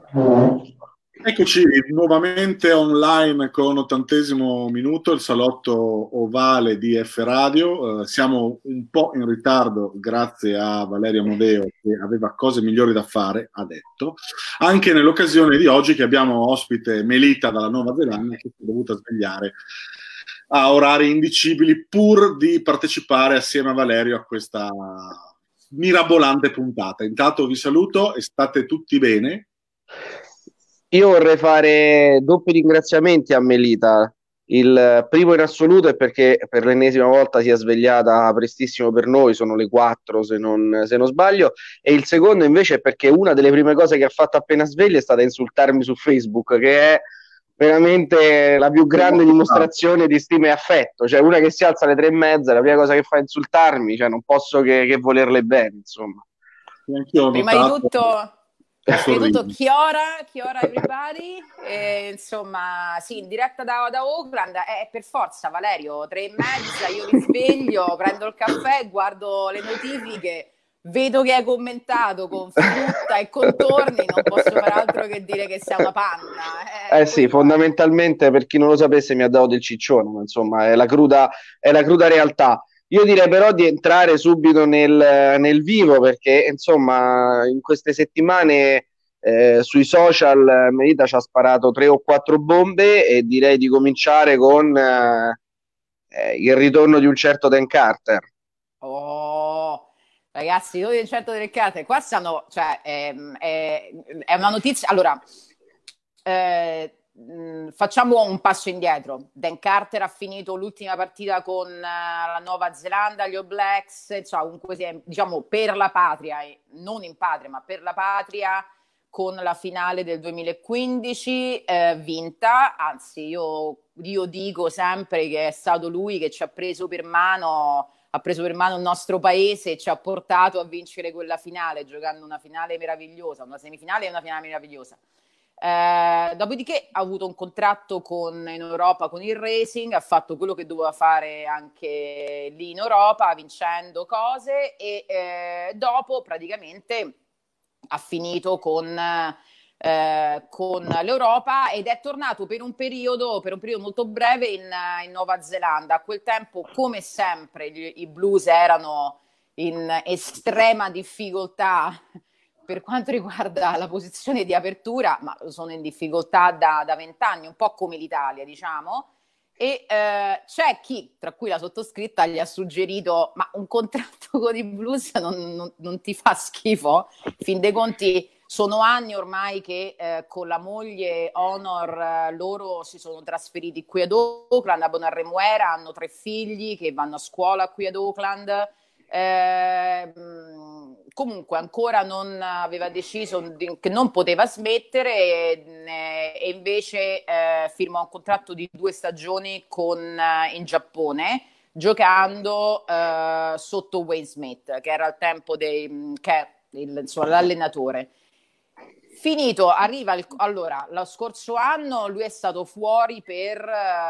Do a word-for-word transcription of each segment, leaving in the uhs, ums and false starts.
Eccoci nuovamente online con ottantesimo minuto, il salotto ovale di F Radio. Eh, siamo un po' in ritardo grazie a Valerio Amodeo che aveva cose migliori da fare, ha detto, anche nell'occasione di oggi che abbiamo ospite Melita dalla Nuova Zelanda che si è dovuta svegliare a orari indicibili pur di partecipare assieme a Valerio a questa mirabolante puntata. Intanto vi saluto e state tutti bene. Io vorrei fare doppi ringraziamenti a Melita. Il primo in assoluto è perché per l'ennesima volta si è svegliata prestissimo per noi, sono le quattro se non, se non sbaglio, e il secondo invece è perché una delle prime cose che ha fatto appena sveglia è stata insultarmi su Facebook, che è veramente la più grande dimostrazione di stima e affetto. Cioè, una che si alza alle tre e mezza, la prima cosa che fa è insultarmi, cioè non posso che, che volerle bene, insomma. E anch'io ho Prima di notato tutto, un prima di tutto sorriso. chi ora, chi ora everybody, e, insomma, sì, in diretta da, da Auckland, è per forza Valerio, tre e mezza, io mi sveglio, prendo il caffè, guardo le notifiche, vedo che hai commentato con frutta e contorni, non posso fare altro che dire che sei una panna, Eh eh, sì, quello è. fondamentalmente per chi non lo sapesse mi ha dato del ciccione, ma insomma è la cruda, è la cruda realtà. Io direi però di entrare subito nel, nel vivo perché insomma in queste settimane eh, sui social eh, Melita ci ha sparato tre o quattro bombe e direi di cominciare con eh, eh, il ritorno di un certo Dan Carter. Oh, ragazzi, noi del certo delle carte, qua stanno, cioè, ehm, è, è una notizia. Allora, eh, mh, facciamo un passo indietro. Dan Carter ha finito l'ultima partita con eh, la Nuova Zelanda, gli All Blacks, insomma, comunque, sia, diciamo, per la patria, e non in patria, ma per la patria, con la finale del duemilaquindici eh, vinta, anzi io, io dico sempre che è stato lui che ci ha preso per mano ha preso per mano il nostro paese e ci ha portato a vincere quella finale, giocando una finale meravigliosa, una semifinale e una finale meravigliosa. Eh, dopodiché ha avuto un contratto con, in Europa con il Racing, ha fatto quello che doveva fare anche lì in Europa, vincendo cose e eh, dopo praticamente ha finito con eh, con l'Europa ed è tornato per un periodo, per un periodo molto breve in, in Nuova Zelanda. A quel tempo, come sempre, gli, i Blues erano in estrema difficoltà per quanto riguarda la posizione di apertura, ma sono in difficoltà da vent'anni, un po' come l'Italia, diciamo. E eh, c'è chi, tra cui la sottoscritta, gli ha suggerito: ma un contratto con i Blues non, non, non ti fa schifo? Fin dei conti, sono anni ormai che eh, con la moglie Honor eh, loro si sono trasferiti qui ad Auckland, a Bonarremuera, hanno tre figli che vanno a scuola qui ad Auckland. Eh, comunque ancora non aveva deciso di, che non poteva smettere e, e invece eh, firmò un contratto di due stagioni con, eh, in Giappone giocando eh, sotto Wayne Smith che era al tempo dei, che è il, insomma, l'allenatore. Finito, arriva il, allora, lo scorso anno lui è stato fuori per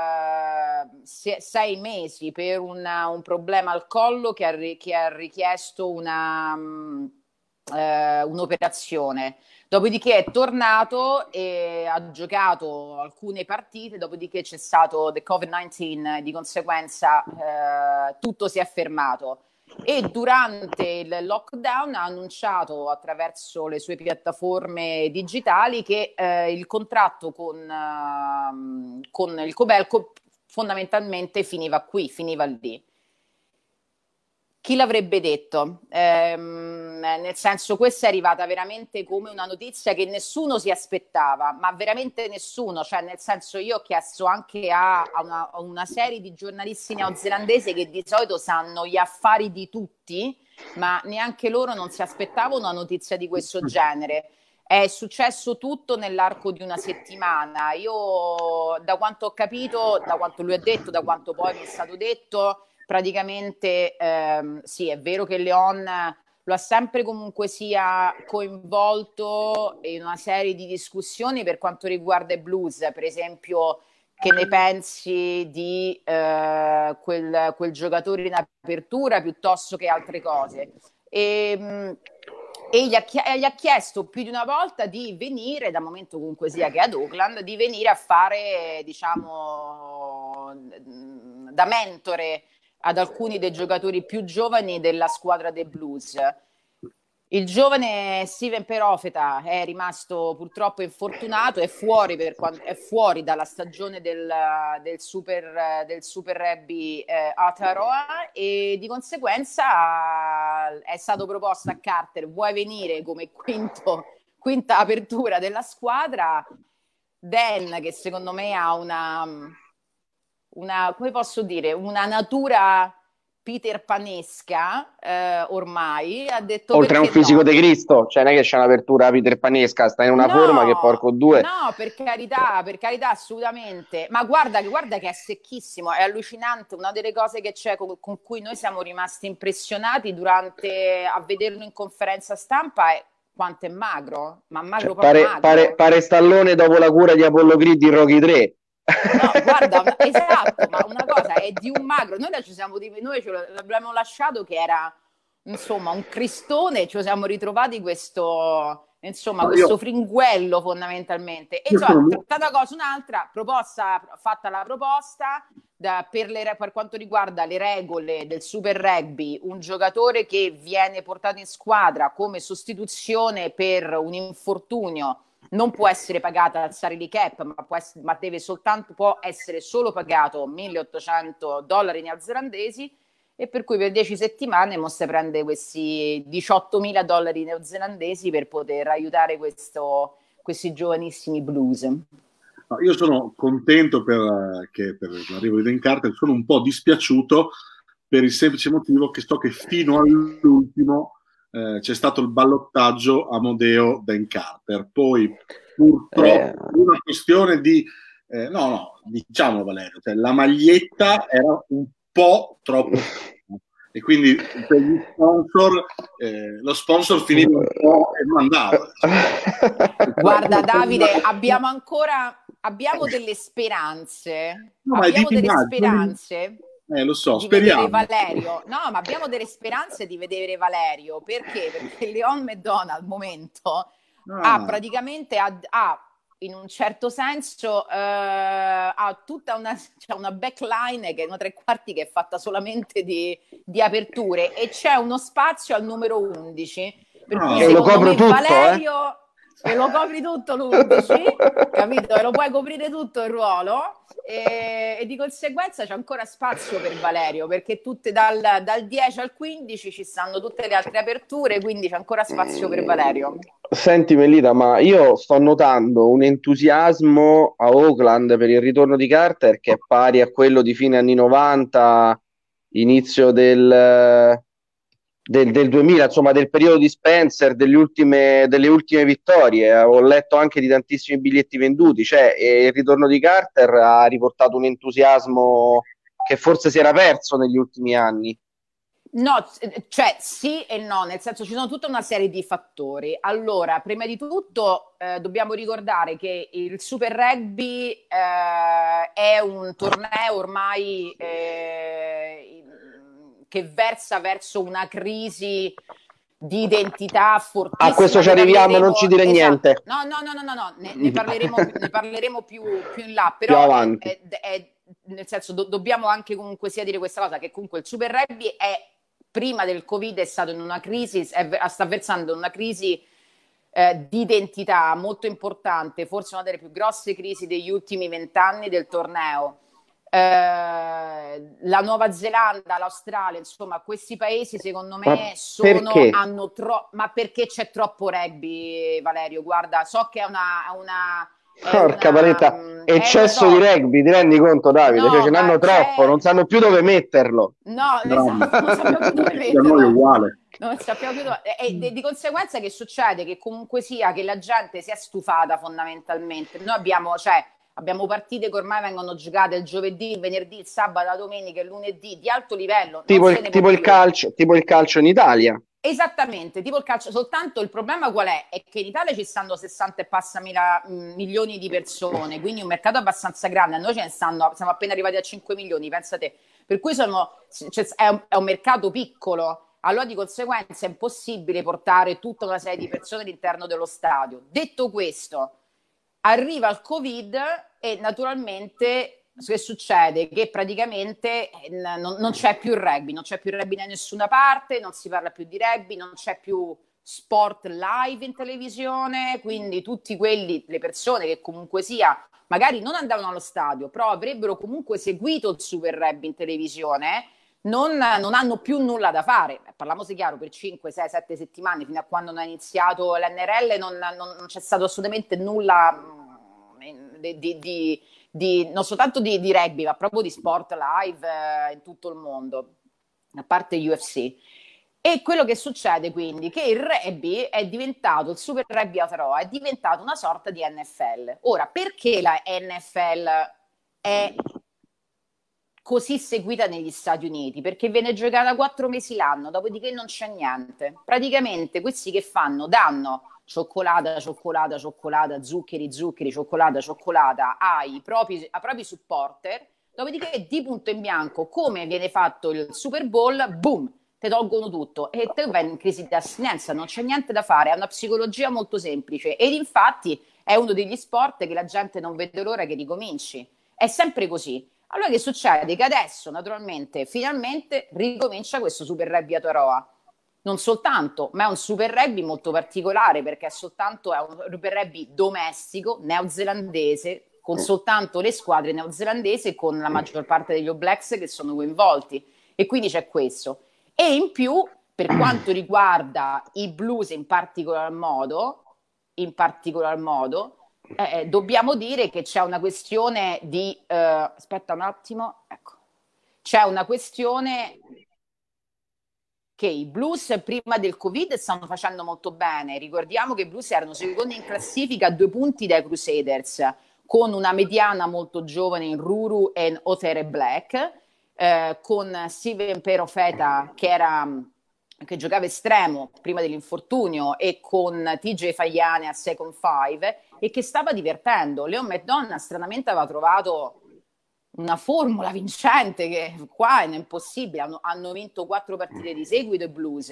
uh, se, sei mesi per una, un problema al collo che ha, che ha richiesto una, um, uh, un'operazione. Dopodiché è tornato e ha giocato alcune partite, dopodiché c'è stato il covid diciannove, di conseguenza uh, tutto si è fermato e durante il lockdown ha annunciato attraverso le sue piattaforme digitali che eh, il contratto con, uh, con il Cobelco fondamentalmente finiva qui, finiva lì. Chi l'avrebbe detto? Ehm, nel senso, questa è arrivata veramente come una notizia che nessuno si aspettava, ma veramente nessuno. Cioè, nel senso, io ho chiesto anche a, a, una, a una serie di giornalisti neozelandesi che di solito sanno gli affari di tutti, ma neanche loro non si aspettavano una notizia di questo genere. È successo tutto nell'arco di una settimana. Io, da quanto ho capito, da quanto lui ha detto, da quanto poi mi è stato detto, praticamente ehm, sì, è vero che Leon lo ha sempre comunque sia coinvolto in una serie di discussioni per quanto riguarda i blues, per esempio che ne pensi di eh, quel, quel giocatore in apertura piuttosto che altre cose. E, mh, e gli ha, gli ha chiesto più di una volta di venire, dal momento comunque sia che è ad Auckland, di venire a fare, diciamo, da mentore ad alcuni dei giocatori più giovani della squadra dei Blues. Il giovane Steven Perofeta è rimasto purtroppo infortunato, è fuori, per, è fuori dalla stagione del, del, super, del Super Rugby eh, Aotearoa, e di conseguenza è stato proposto a Carter: vuoi venire come quinto, quinta apertura della squadra? Dan, che secondo me ha una, una come posso dire, una natura Peter Panesca, eh, ormai ha detto, oltre a un fisico no? di Cristo, cioè non è che c'è un'apertura Peter Panesca, sta in una no, forma che porco due. No, per carità, per carità, assolutamente. Ma guarda, guarda che è secchissimo, è allucinante. Una delle cose che c'è con, con cui noi siamo rimasti impressionati durante a vederlo in conferenza stampa è quanto è magro, ma magro, cioè, pare, magro. Pare, pare Stallone dopo la cura di Apollo Creed in Rocky tre. No, guarda, esatto, ma una cosa è di un magro. Noi ci siamo, noi ce l'abbiamo lasciato che era, insomma, un cristone, ci siamo ritrovati questo, insomma, no, questo io... fringuello fondamentalmente. E insomma, sono... tra una cosa, un'altra, proposta, fatta la proposta da, per, le, per quanto riguarda le regole del Super Rugby, un giocatore che viene portato in squadra come sostituzione per un infortunio non può essere pagata al salary cap, ma, può essere, ma deve soltanto, può essere solo pagato milleottocento dollari neozelandesi, e per cui per dieci settimane Mosse prende questi diciottomila dollari neozelandesi per poter aiutare questo, questi giovanissimi Blues. No, io sono contento per, che, per l'arrivo di Dan Carter, sono un po' dispiaciuto per il semplice motivo che so che fino all'ultimo Eh, c'è stato il ballottaggio Amodeo Dan Carter, poi purtroppo eh. una questione di eh, no no diciamo Valerio, cioè, la maglietta era un po' troppo e quindi per gli sponsor eh, lo sponsor finiva un po' e mandava, cioè. Guarda Davide, abbiamo ancora abbiamo delle speranze no, abbiamo delle immagini. speranze Eh, lo so, di speriamo. vedere Valerio. No, ma abbiamo delle speranze di vedere Valerio. Perché? Perché Leon McDonald al momento ah. ha praticamente ha, ha in un certo senso eh, ha tutta una, cioè una backline che è una tre quarti che è fatta solamente di, di aperture, e c'è uno spazio al numero undici, per ah. cui e lo copro me tutto, Valerio eh? e lo copri tutto l'undici, capito? E lo puoi coprire tutto il ruolo, e, e di conseguenza c'è ancora spazio per Valerio, perché tutte dal, dal dieci al quindici ci stanno tutte le altre aperture, quindi c'è ancora spazio per Valerio. Senti Melita, ma io sto notando un entusiasmo a Auckland per il ritorno di Carter che è pari a quello di fine anni novanta, inizio del... Del, del duemila, insomma del periodo di Spencer, delle ultime, delle ultime vittorie. Ho letto anche di tantissimi biglietti venduti, cioè il ritorno di Carter ha riportato un entusiasmo che forse si era perso negli ultimi anni. No, cioè sì e no, nel senso ci sono tutta una serie di fattori. Allora, prima di tutto eh, dobbiamo ricordare che il Super Rugby eh, è un torneo ormai eh, che versa verso una crisi di identità fortissima. A questo ci arriviamo, non ci dire esatto. niente. No, no, no, no, no, no. Ne, ne parleremo, ne parleremo più, più in là, però più avanti. È, è, è, nel senso do, dobbiamo anche comunque sia dire questa cosa, che comunque il Super Rugby è, prima del Covid, è stato in una crisi, è, sta versando in una crisi eh, di identità molto importante, forse una delle più grosse crisi degli ultimi vent'anni del torneo. Eh, la Nuova Zelanda, l'Australia, insomma, questi paesi secondo me ma sono perché? hanno troppo, ma perché c'è troppo rugby, Valerio? Guarda, so che è una, una porca paletta, eccesso di rugby, ti rendi conto Davide? No, cioè, ce n'hanno troppo, non sanno più dove metterlo. No, no. Esatto, non sappiamo più dove metterlo. È uguale. Non sappiamo più dove... E, e di conseguenza che succede? Che comunque sia che la gente si è stufata fondamentalmente. Noi abbiamo, cioè, abbiamo partite che ormai vengono giocate il giovedì, il venerdì, il sabato, la domenica, il lunedì, di alto livello. Tipo, il, tipo il calcio, tipo il calcio in Italia. Esattamente, tipo il calcio, soltanto il problema qual è? È che in Italia ci stanno sessanta e passa mila, mh, milioni di persone, quindi un mercato abbastanza grande, a noi ce ne stanno, siamo appena arrivati a cinque milioni, pensate, per cui sono, cioè, è, un, è un mercato piccolo, allora di conseguenza è impossibile portare tutta una serie di persone all'interno dello stadio. Detto questo, arriva il Covid e naturalmente che succede? Che praticamente non, non c'è più il rugby, non c'è più il rugby da nessuna parte, non si parla più di rugby, non c'è più sport live in televisione, quindi tutti quelli, le persone che comunque sia, magari non andavano allo stadio, però avrebbero comunque seguito il Super Rugby in televisione, non, non hanno più nulla da fare. Parliamoci chiaro, per cinque, sei, sette settimane, fino a quando non è iniziato l'N R L, non, non, non c'è stato assolutamente nulla mh, di... di, di Di, non soltanto di, di rugby, ma proprio di sport live eh, in tutto il mondo, a parte U F C. E quello che succede quindi che il rugby è diventato, il Super Rugby Aotearoa è diventato una sorta di N F L. Ora, perché la N F L è così seguita negli Stati Uniti? Perché viene giocata quattro mesi l'anno, dopodiché non c'è niente. Praticamente questi che fanno? Danno cioccolata, cioccolata, cioccolata, zuccheri, zuccheri, cioccolata, cioccolata ai propri, ai propri supporter, dopodiché di punto in bianco, come viene fatto il Super Bowl, boom, ti tolgono tutto e te vai in crisi di astinenza, non c'è niente da fare, è una psicologia molto semplice ed infatti è uno degli sport che la gente non vede l'ora che ricominci, è sempre così. Allora che succede? Che adesso naturalmente, finalmente, ricomincia questo Super Rugby Aotearoa. Non soltanto, ma è un Super Rugby molto particolare perché è soltanto è un Super Rugby domestico, neozelandese, con soltanto le squadre neozelandesi e con la maggior parte degli All Blacks che sono coinvolti. E quindi c'è questo. E in più, per quanto riguarda i Blues in particolar modo, in particolar modo, eh, dobbiamo dire che c'è una questione di... Eh, aspetta un attimo, ecco. C'è una questione... che i Blues prima del Covid stanno facendo molto bene. Ricordiamo che i Blues erano secondi in classifica a due punti dai Crusaders, con una mediana molto giovane in Ruru e Otere Black, eh, con Steven Perofeta che, era, che giocava estremo prima dell'infortunio e con T J Faiane a second five e che stava divertendo. Leon McDonough stranamente aveva trovato una formula vincente che qua è impossibile, hanno, hanno vinto quattro partite di seguito i Blues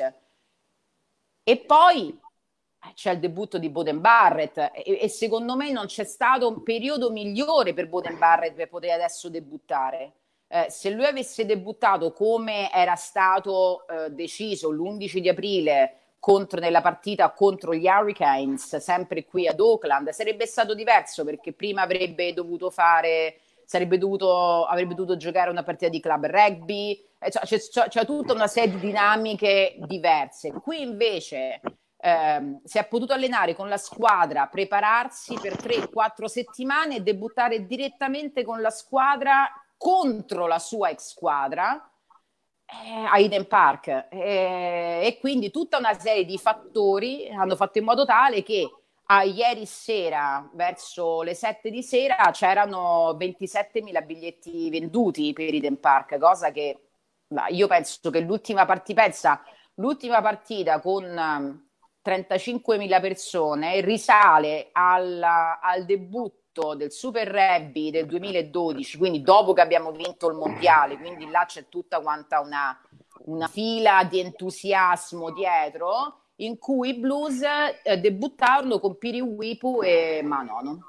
e poi c'è il debutto di Beauden Barrett e, e secondo me non c'è stato un periodo migliore per Beauden Barrett per poter adesso debuttare. Eh, se lui avesse debuttato come era stato eh, deciso l'undici di aprile contro, nella partita contro gli Hurricanes, sempre qui ad Auckland, sarebbe stato diverso perché prima avrebbe dovuto fare sarebbe dovuto, avrebbe dovuto giocare una partita di club rugby, cioè, c'è, c'è, c'è tutta una serie di dinamiche diverse. Qui invece ehm, si è potuto allenare con la squadra, prepararsi per tre quattro settimane e debuttare direttamente con la squadra contro la sua ex squadra eh, a Eden Park eh, e quindi tutta una serie di fattori hanno fatto in modo tale che a ieri sera, verso le sette di sera, c'erano ventisettemila biglietti venduti per Eden Park, cosa che io penso che l'ultima partita, pensa, l'ultima partita con um, trentacinquemila persone risale alla, al debutto del Super Rugby del duemiladodici, quindi dopo che abbiamo vinto il mondiale, quindi là c'è tutta quanta una, una fila di entusiasmo dietro, in cui i Blues eh, debuttarono con Piriwipu e Manono.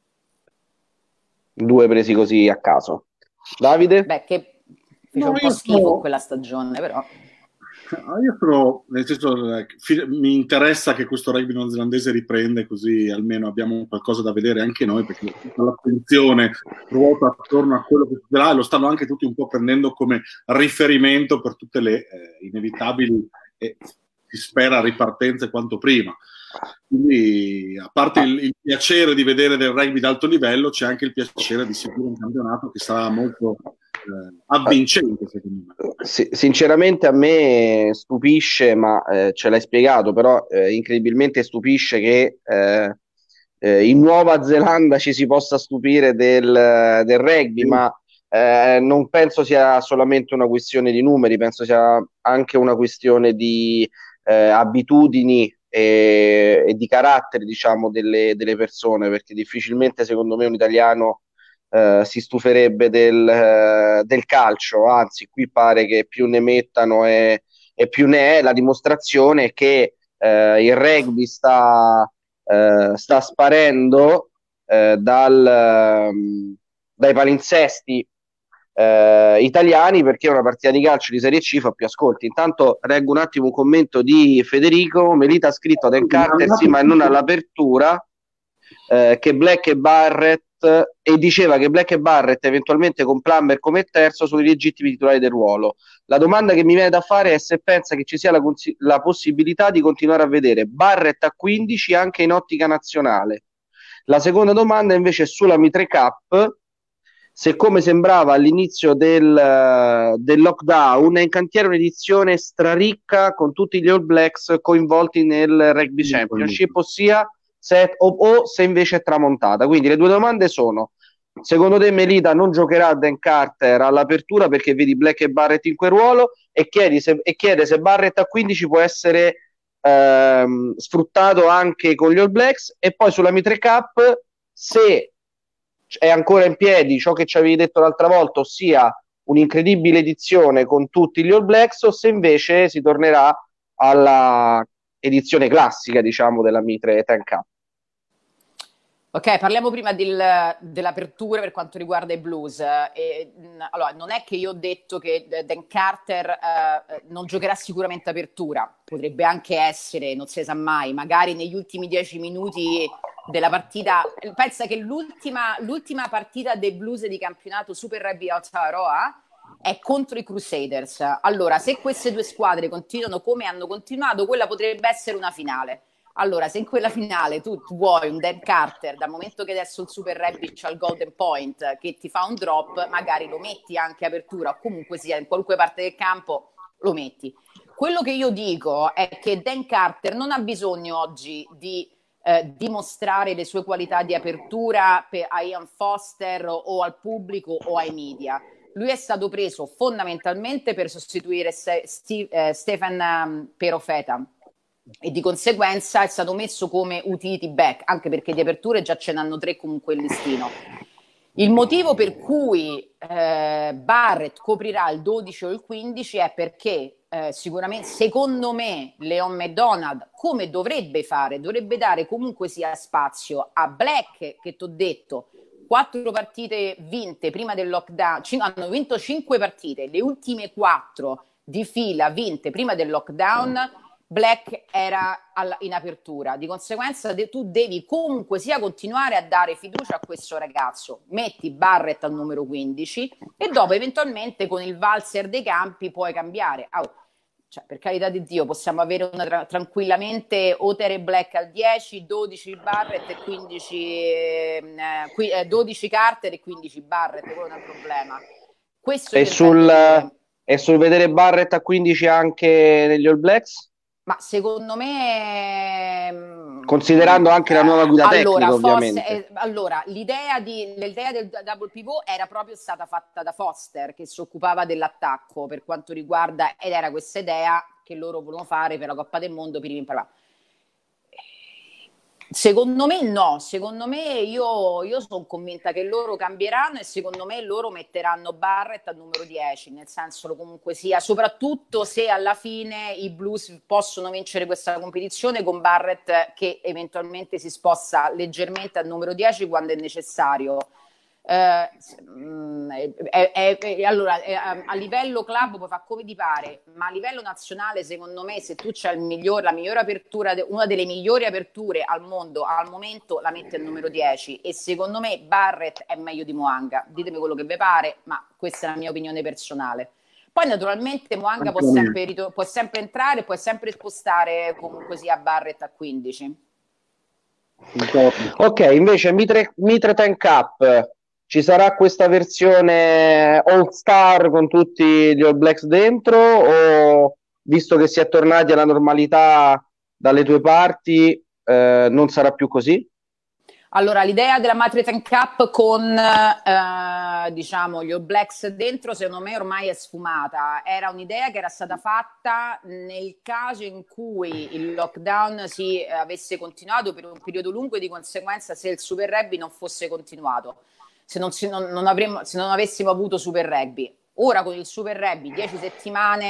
Due presi così a caso. Davide? Beh, che fece no, un po' schifo sono... quella stagione, però. Io sono, nel senso, mi interessa che questo rugby neozelandese riprende, così almeno abbiamo qualcosa da vedere anche noi, perché l'attenzione ruota attorno a quello che succederà e lo stanno anche tutti un po' prendendo come riferimento per tutte le eh, inevitabili e si spera ripartenze quanto prima. Quindi a parte il, il piacere di vedere del rugby d'alto livello, c'è anche il piacere di seguire un campionato che sarà molto eh, avvincente, secondo me. Sì, sinceramente a me stupisce, ma eh, ce l'hai spiegato, però eh, incredibilmente stupisce che eh, eh, in Nuova Zelanda ci si possa stupire del, del rugby, sì. ma eh, non penso sia solamente una questione di numeri, penso sia anche una questione di eh, abitudini e, e di carattere, diciamo, delle, delle persone, perché difficilmente secondo me un italiano Uh, si stuferebbe del, uh, del calcio, anzi qui pare che più ne mettano e, e più ne è la dimostrazione che eh, il rugby sta, eh, sta sparendo eh, dal, um, dai palinsesti eh, italiani, perché una partita di calcio di Serie C fa più ascolti. Intanto leggo un attimo un commento di Federico. Melita ha scritto ad Dan Carter sì, ma non all'apertura, eh, che Black e Barrett, e diceva che Black e Barrett eventualmente con Plummer come terzo sono i legittimi titolari del ruolo. La domanda che mi viene da fare è se pensa che ci sia la, cons- la possibilità di continuare a vedere Barrett a quindici anche in ottica nazionale. La seconda domanda invece è sulla Mitre Cup, se come sembrava all'inizio del, del lockdown è in cantiere un'edizione straricca con tutti gli All Blacks coinvolti nel Rugby Championship, ossia se, o, o se invece è tramontata. Quindi le due domande sono: secondo te Melita non giocherà Dan Carter all'apertura perché vedi Black e Barrett in quel ruolo, e, chiedi se, e chiede se Barrett a quindici può essere ehm, sfruttato anche con gli All Blacks, e poi sulla Mitre Cup se è ancora in piedi ciò che ci avevi detto l'altra volta, ossia un'incredibile edizione con tutti gli All Blacks, o se invece si tornerà alla edizione classica, diciamo, della Mitre Ten Cup. Ok, parliamo prima del, dell'apertura per quanto riguarda i Blues. E, allora, non è che io ho detto che Dan Carter eh, non giocherà sicuramente apertura, potrebbe anche essere, non si sa mai, magari negli ultimi dieci minuti della partita. Pensa che l'ultima, l'ultima partita dei Blues di campionato Super Rugby Aotearoa è contro i Crusaders. Allora, se queste due squadre continuano come hanno continuato, quella potrebbe essere una finale. Allora, se in quella finale tu, tu vuoi un Dan Carter, dal momento che adesso il Super Rugby c'ha il Golden Point che ti fa un drop, magari lo metti anche apertura o comunque sia in qualunque parte del campo lo metti. Quello che io dico è che Dan Carter non ha bisogno oggi di eh, dimostrare le sue qualità di apertura per, a Ian Foster o, o al pubblico o ai media. Lui è stato preso fondamentalmente per sostituire Se- Steve, eh, Stephen um, Perofeta, e di conseguenza è stato messo come utility back, anche perché di aperture già ce n'hanno tre comunque il listino. Il motivo per cui eh, Barrett coprirà il dodici o il quindici è perché eh, sicuramente, secondo me, Leon McDonald, come dovrebbe fare, dovrebbe dare comunque sia spazio a Black, che ti ho detto, quattro partite vinte prima del lockdown, c- hanno vinto cinque partite, le ultime quattro di fila vinte prima del lockdown. Black era alla, in apertura, di conseguenza de, tu devi comunque sia continuare a dare fiducia a questo ragazzo, metti Barrett al numero quindici e dopo eventualmente con il valzer dei campi puoi cambiare. Oh, cioè, per carità di Dio, possiamo avere una tra- tranquillamente Oter e Black al dieci, dodici Barrett e quindici eh, qui, eh, dodici Carter e quindici Barrett, quello non è un problema. Questo e sul, e sul vedere Barrett a quindici anche negli All Blacks? Ma secondo me, considerando anche la nuova guida allora, tecnica, Foster, ovviamente. eh, allora, l'idea, di, l'idea del double pivot era proprio stata fatta da Foster, che si occupava dell'attacco per quanto riguarda, ed era questa idea che loro volevano fare per la Coppa del Mondo per imparare. Secondo me no, secondo me io, io sono convinta che loro cambieranno e secondo me loro metteranno Barrett al numero dieci, nel senso comunque sia, soprattutto se alla fine i Blues possono vincere questa competizione con Barrett che eventualmente si sposta leggermente al numero dieci quando è necessario. Eh, è, è, è, allora è, a livello club puoi fare come ti pare, ma a livello nazionale secondo me se tu c'hai il miglior, la migliore apertura, una delle migliori aperture al mondo al momento la metti al numero dieci e secondo me Barrett è meglio di Moanga, ditemi quello che vi pare, ma questa è la mia opinione personale. Poi naturalmente Moanga può sempre, può sempre entrare, può sempre spostare comunque sia Barrett a quindici. Ok, invece Mitre, Mitre Ten Cup, ci sarà questa versione All Star con tutti gli All Blacks dentro, o visto che si è tornati alla normalità dalle tue parti eh, non sarà più così? Allora, l'idea della Mitre Ten Cup con eh, diciamo gli All Blacks dentro, secondo me ormai è sfumata. Era un'idea che era stata fatta nel caso in cui il lockdown si eh, avesse continuato per un periodo lungo e di conseguenza se il Super Rugby non fosse continuato, se non, se non, non, avremmo, se non avessimo avuto Super Rugby. Ora con il Super Rugby, dieci settimane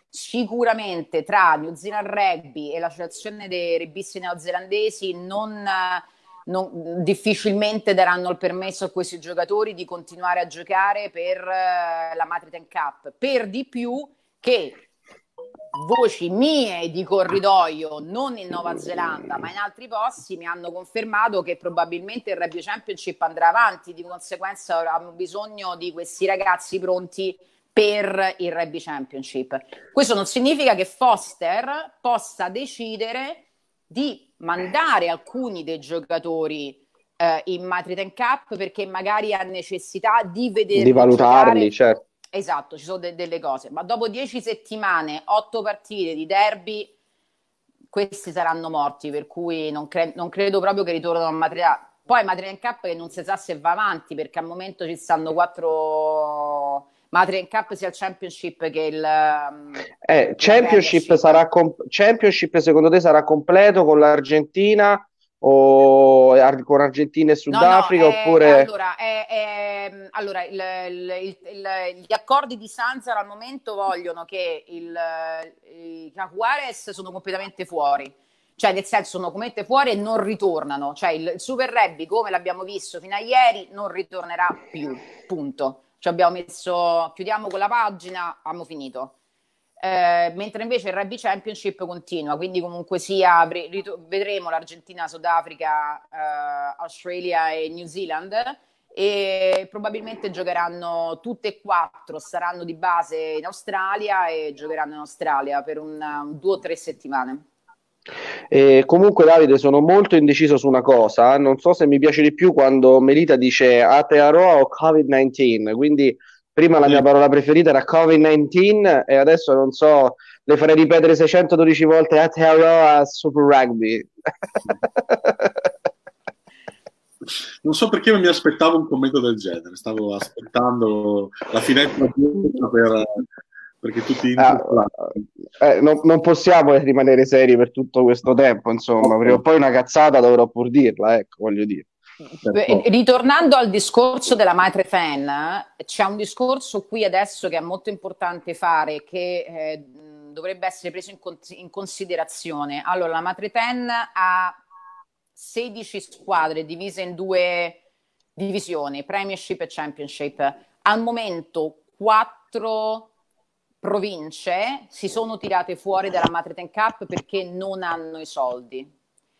sicuramente tra New Zealand Rugby e l'associazione dei rugbisti neozelandesi non, non, difficilmente daranno il permesso a questi giocatori di continuare a giocare per uh, la Matriten Cup, per di più che voci mie di corridoio, non in Nuova Zelanda ma in altri posti, mi hanno confermato che probabilmente il Rugby Championship andrà avanti, di conseguenza abbiamo bisogno di questi ragazzi pronti per il Rugby Championship. Questo non significa che Foster possa decidere di mandare alcuni dei giocatori eh, in Matriten Cup perché magari ha necessità di vederli di valutarli, giocare. certo. Esatto, ci sono de- delle cose, ma dopo dieci settimane, otto partite di derby, questi saranno morti, per cui non, cre- non credo proprio che ritornino a Matriten. Poi Matriten Cup che non si sa se va avanti, perché al momento ci stanno quattro Matriten Cup, sia il Championship che il eh, Championship sarà comp- Championship secondo te sarà completo con l'Argentina o ar- con Argentina e Sudafrica? No, no, è, oppure allora, è, è, allora il, il, il, il, gli accordi di Sanzar al momento vogliono che il, i Jaguares sono completamente fuori, cioè nel senso sono completamente fuori e non ritornano, cioè il, il Super Rugby come l'abbiamo visto fino a ieri non ritornerà più, punto. Ci abbiamo messo, chiudiamo quella pagina, abbiamo finito. Eh, mentre invece il Rugby Championship continua, quindi comunque sia vedremo l'Argentina, Sudafrica, eh, Australia e New Zealand e probabilmente giocheranno tutte e quattro, saranno di base in Australia e giocheranno in Australia per un, un due o tre settimane. E comunque Davide, sono molto indeciso su una cosa, non so se mi piace di più quando Melita dice Aotearoa o covid diciannove, quindi prima la mia parola preferita era covid diciannove e adesso non so, le farei ripetere seicentododici volte Aotearoa Super Rugby. Non so perché mi aspettavo un commento del genere, stavo aspettando la finestra per, perché tutti ah, eh, non, non possiamo rimanere seri per tutto questo tempo, insomma, prima o poi una cazzata dovrò pur dirla, ecco, voglio dire. Ritornando al discorso della Matreten, c'è un discorso qui adesso che è molto importante fare, che eh, dovrebbe essere preso in, con- in considerazione. Allora, la Matreten ha sedici squadre divise in due divisioni, Premiership e Championship. Al momento quattro province si sono tirate fuori dalla Matriten Cup perché non hanno i soldi.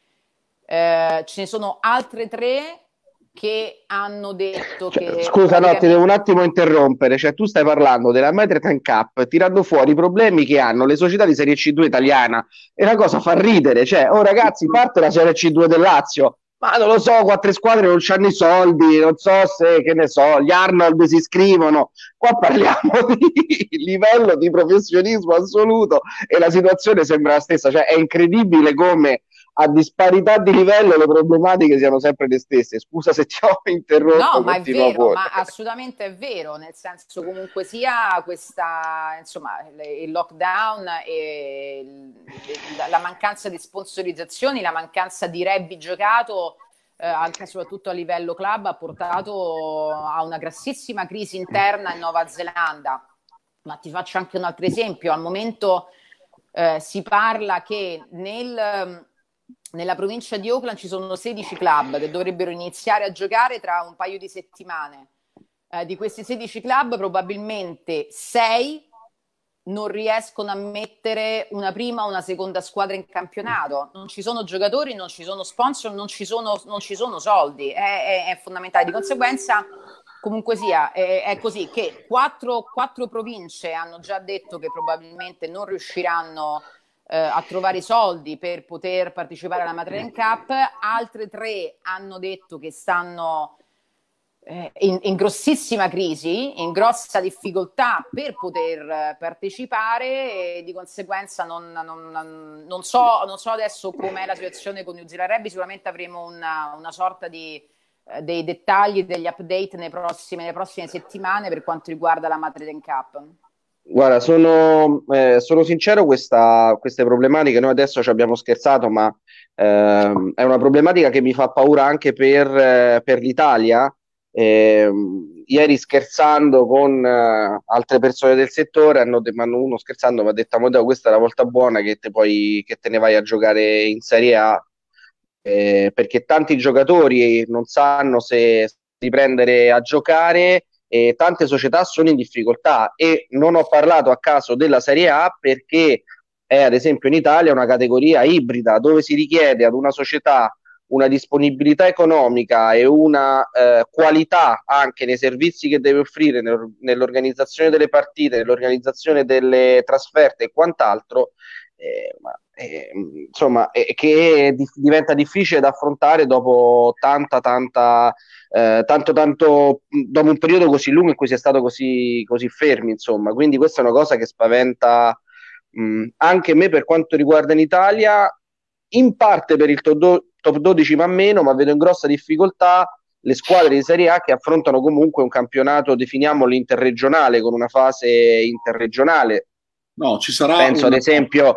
Eh, ce ne sono altre tre che hanno detto cioè, che scusa, praticamente... no, ti devo un attimo interrompere, cioè tu stai parlando della Matriten Cup tirando fuori i problemi che hanno le società di Serie C due italiana e la cosa fa ridere, cioè, oh ragazzi, parte la Serie C due del Lazio, ma non lo so, quattro squadre non hanno i soldi, non so se, che ne so, gli Arnold si iscrivono, qua parliamo di livello di professionismo assoluto e la situazione sembra la stessa, cioè è incredibile come a disparità di livello le problematiche siano sempre le stesse. Scusa se ti ho interrotto. No, ma è vero, ma assolutamente è vero, nel senso comunque sia questa, insomma, il lockdown e la mancanza di sponsorizzazioni, la mancanza di rugby giocato, eh, anche e soprattutto a livello club, ha portato a una grossissima crisi interna in Nuova Zelanda. Ma ti faccio anche un altro esempio. Al momento eh, si parla che nel... nella provincia di Auckland ci sono sedici club che dovrebbero iniziare a giocare tra un paio di settimane. Eh, di questi sedici club probabilmente sei non riescono a mettere una prima o una seconda squadra in campionato. Non ci sono giocatori, non ci sono sponsor, non ci sono, non ci sono soldi. È, è, è fondamentale. Di conseguenza, comunque sia, è, è così che quattro, quattro province hanno già detto che probabilmente non riusciranno a trovare i soldi per poter partecipare alla Matriten Cup, altre tre hanno detto che stanno eh, in, in grossissima crisi, in grossa difficoltà per poter partecipare e di conseguenza non, non, non, so, non so adesso com'è la situazione con New Zealand Rugby, sicuramente avremo una, una sorta di eh, dei dettagli, degli update nelle prossime, nelle prossime settimane per quanto riguarda la Matriten Cup. Guarda, sono, eh, sono sincero, questa, queste problematiche, noi adesso ci abbiamo scherzato, ma ehm, è una problematica che mi fa paura anche per, eh, per l'Italia, Eh, ieri scherzando con eh, altre persone del settore, hanno, de- hanno- uno scherzando mi ha detto: Amodeo, questa è la volta buona che te, poi, che te ne vai a giocare in Serie A, eh, perché tanti giocatori non sanno se riprendere a giocare e tante società sono in difficoltà. E non ho parlato a caso della Serie A perché è, ad esempio, in Italia una categoria ibrida dove si richiede ad una società una disponibilità economica e una eh, qualità anche nei servizi che deve offrire nel- nell'organizzazione delle partite, nell'organizzazione delle trasferte e quant'altro, eh, ma, eh, insomma, eh, che di- diventa difficile da affrontare dopo tanta, tanta, eh, tanto, tanto, dopo un periodo così lungo in cui si è stato così, così fermi, insomma. Quindi questa è una cosa che spaventa mh, anche me per quanto riguarda in Italia, in parte per il top, do- top dodici ma meno, ma vedo in grossa difficoltà le squadre di Serie A che affrontano comunque un campionato, definiamolo interregionale, con una fase interregionale. No, ci sarà Penso ad una... esempio,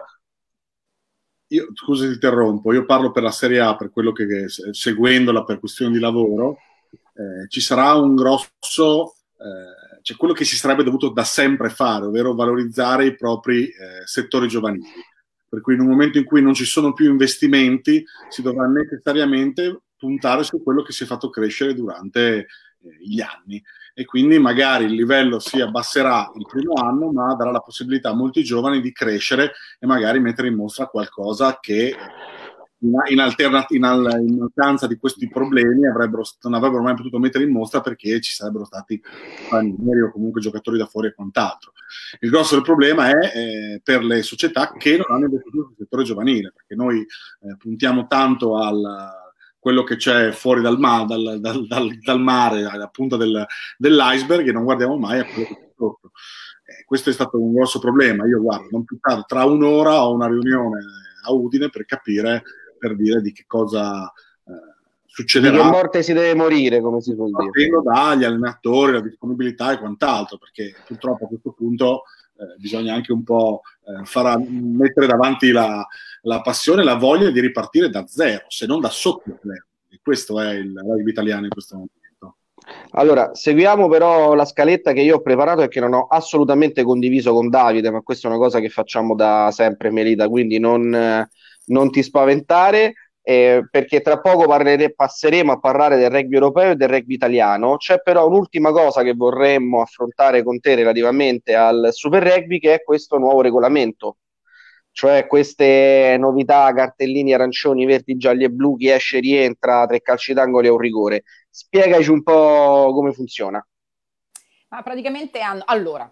Io, scusa, ti interrompo, io parlo per la Serie A, per quello che, che seguendola per questioni di lavoro, eh, ci sarà un grosso, eh, cioè quello che si sarebbe dovuto da sempre fare, ovvero valorizzare i propri eh, settori giovanili. Per cui in un momento in cui non ci sono più investimenti, si dovrà necessariamente puntare su quello che si è fatto crescere durante eh, gli anni. E quindi magari il livello si abbasserà il primo anno, ma darà la possibilità a molti giovani di crescere e magari mettere in mostra qualcosa che in, in, alterna- in, al- in mancanza di questi problemi avrebbero, non avrebbero mai potuto mettere in mostra perché ci sarebbero stati stranieri o comunque giocatori da fuori e quant'altro. Il grosso del problema è eh, per le società che non hanno investito sul settore giovanile, perché noi eh, puntiamo tanto al quello che c'è fuori dal, ma- dal, dal, dal, dal mare, alla punta del, dell'iceberg, e non guardiamo mai a quello che c'è sotto. Eh, questo è stato un grosso problema. Io guardo, non più tardi, tra un'ora ho una riunione a Udine per capire, per dire di che cosa eh, di che succederà, morte si deve morire, come si suol dire. partendo dagli allenatori, la disponibilità e quant'altro, perché purtroppo a questo punto eh, bisogna anche un po' eh, far, mettere davanti la, la passione e la voglia di ripartire da zero, se non da sotto zero. E questo è il rugby italiano in questo momento. Allora, seguiamo però la scaletta che io ho preparato e che non ho assolutamente condiviso con Davide, ma questa è una cosa che facciamo da sempre, Melita, quindi non, eh, non ti spaventare, eh, perché tra poco parlere- passeremo a parlare del rugby europeo e del rugby italiano. C'è però un'ultima cosa che vorremmo affrontare con te relativamente al Super Rugby, che è questo nuovo regolamento, cioè queste novità, cartellini arancioni, verdi, gialli e blu, chi esce rientra, tre calci d'angolo e un rigore. Spiegaci un po' come funziona. Ma praticamente hanno... Allora,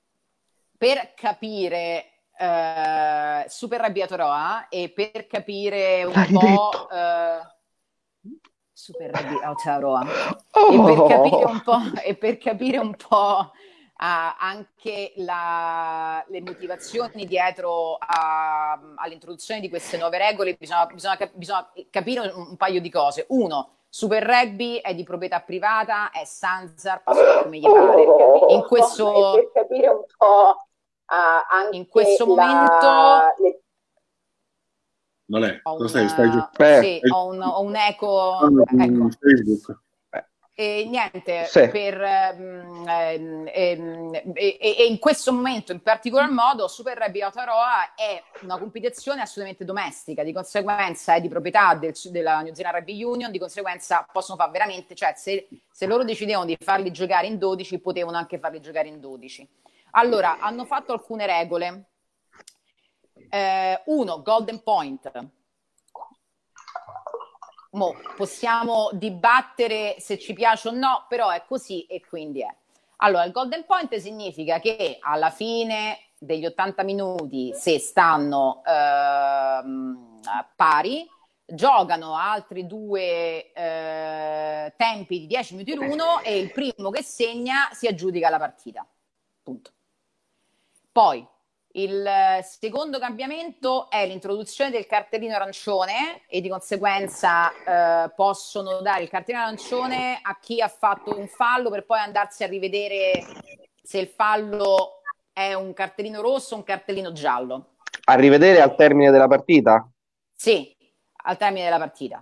per capire eh, Super Rugby Aotearoa e per capire un L'hai po' detto. eh, Super Rugby Aotearoa e per capire un Oh. po' e per capire un po' ah, anche la, le motivazioni dietro a- all'introduzione di queste nuove regole, bisogna, bisogna cap- bisogna capire un, un paio di cose. Uno, Super Rugby è di proprietà privata, è Sansar, fa solo come gli pare. In questo, E per capire un po' ah, anche in questo la, momento le... Non è, ho cosa un, stai, stai giù? Eh, sì, ho un, ho un eco, Su ecco. Facebook. E niente, sì. per, ehm, ehm, ehm, e, e in questo momento in particolar modo Super Rugby Aotearoa è una competizione assolutamente domestica, di conseguenza è di proprietà del, della New Zealand Rugby Union, di conseguenza possono fare veramente, cioè se, se loro decidevano di farli giocare in dodici, potevano anche farli giocare in dodici. Allora, hanno fatto alcune regole. Eh, uno, Golden Point. Mo, possiamo dibattere se ci piace o no, però è così e quindi è. Allora, il Golden Point significa che alla fine degli ottanta minuti, se stanno ehm, pari, giocano altri due eh, tempi di dieci minuti l'uno e il primo che segna si aggiudica la partita. Punto. Poi, il secondo cambiamento è l'introduzione del cartellino arancione e di conseguenza eh, possono dare il cartellino arancione a chi ha fatto un fallo per poi andarsi a rivedere se il fallo è un cartellino rosso o un cartellino giallo. A rivedere al termine della partita? Sì, al termine della partita.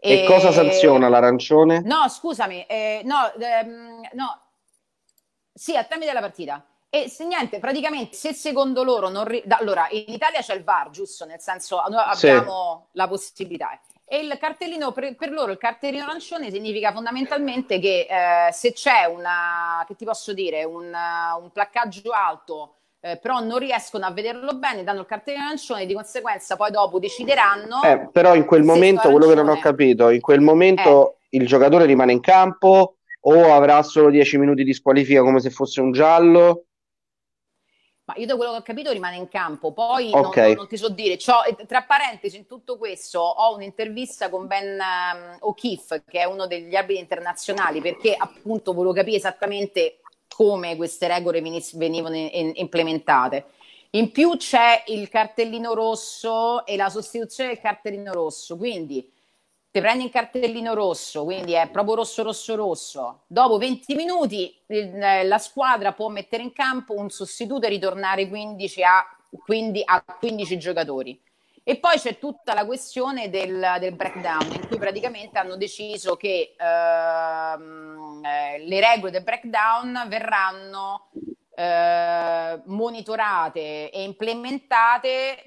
E, e cosa sanziona l'arancione? No, scusami, eh, no, ehm, no, sì, a termine della partita. E se niente, praticamente, se secondo loro non... Ri- da, allora, in Italia c'è il V A R, giusto? Nel senso, noi Sì. abbiamo la possibilità. E il cartellino, per, per loro, il cartellino arancione significa fondamentalmente che eh, se c'è una, che ti posso dire, un, un placcaggio alto, eh, però non riescono a vederlo bene, danno il cartellino arancione, di conseguenza poi dopo decideranno... Eh, però in quel se sto momento, quello che non ho arancione... capito, in quel Eh, momento il giocatore rimane in campo o avrà solo dieci minuti di squalifica come se fosse un giallo? ma io da quello che ho capito rimane in campo, poi Ok. non, non- non ti so dire. C'ho- tra parentesi, in tutto questo ho un'intervista con Ben um, O'Keefe, che è uno degli arbitri internazionali, perché appunto volevo capire esattamente come queste regole venis- venivano in- in- implementate. In più c'è il cartellino rosso e la sostituzione del cartellino rosso, quindi ti prendi il cartellino rosso, quindi è proprio rosso, rosso, rosso. Dopo venti minuti eh, la squadra può mettere in campo un sostituto e ritornare quindici a, quindi a quindici giocatori. E poi c'è tutta la questione del, del breakdown, in cui praticamente hanno deciso che ehm, eh, le regole del breakdown verranno eh, monitorate e implementate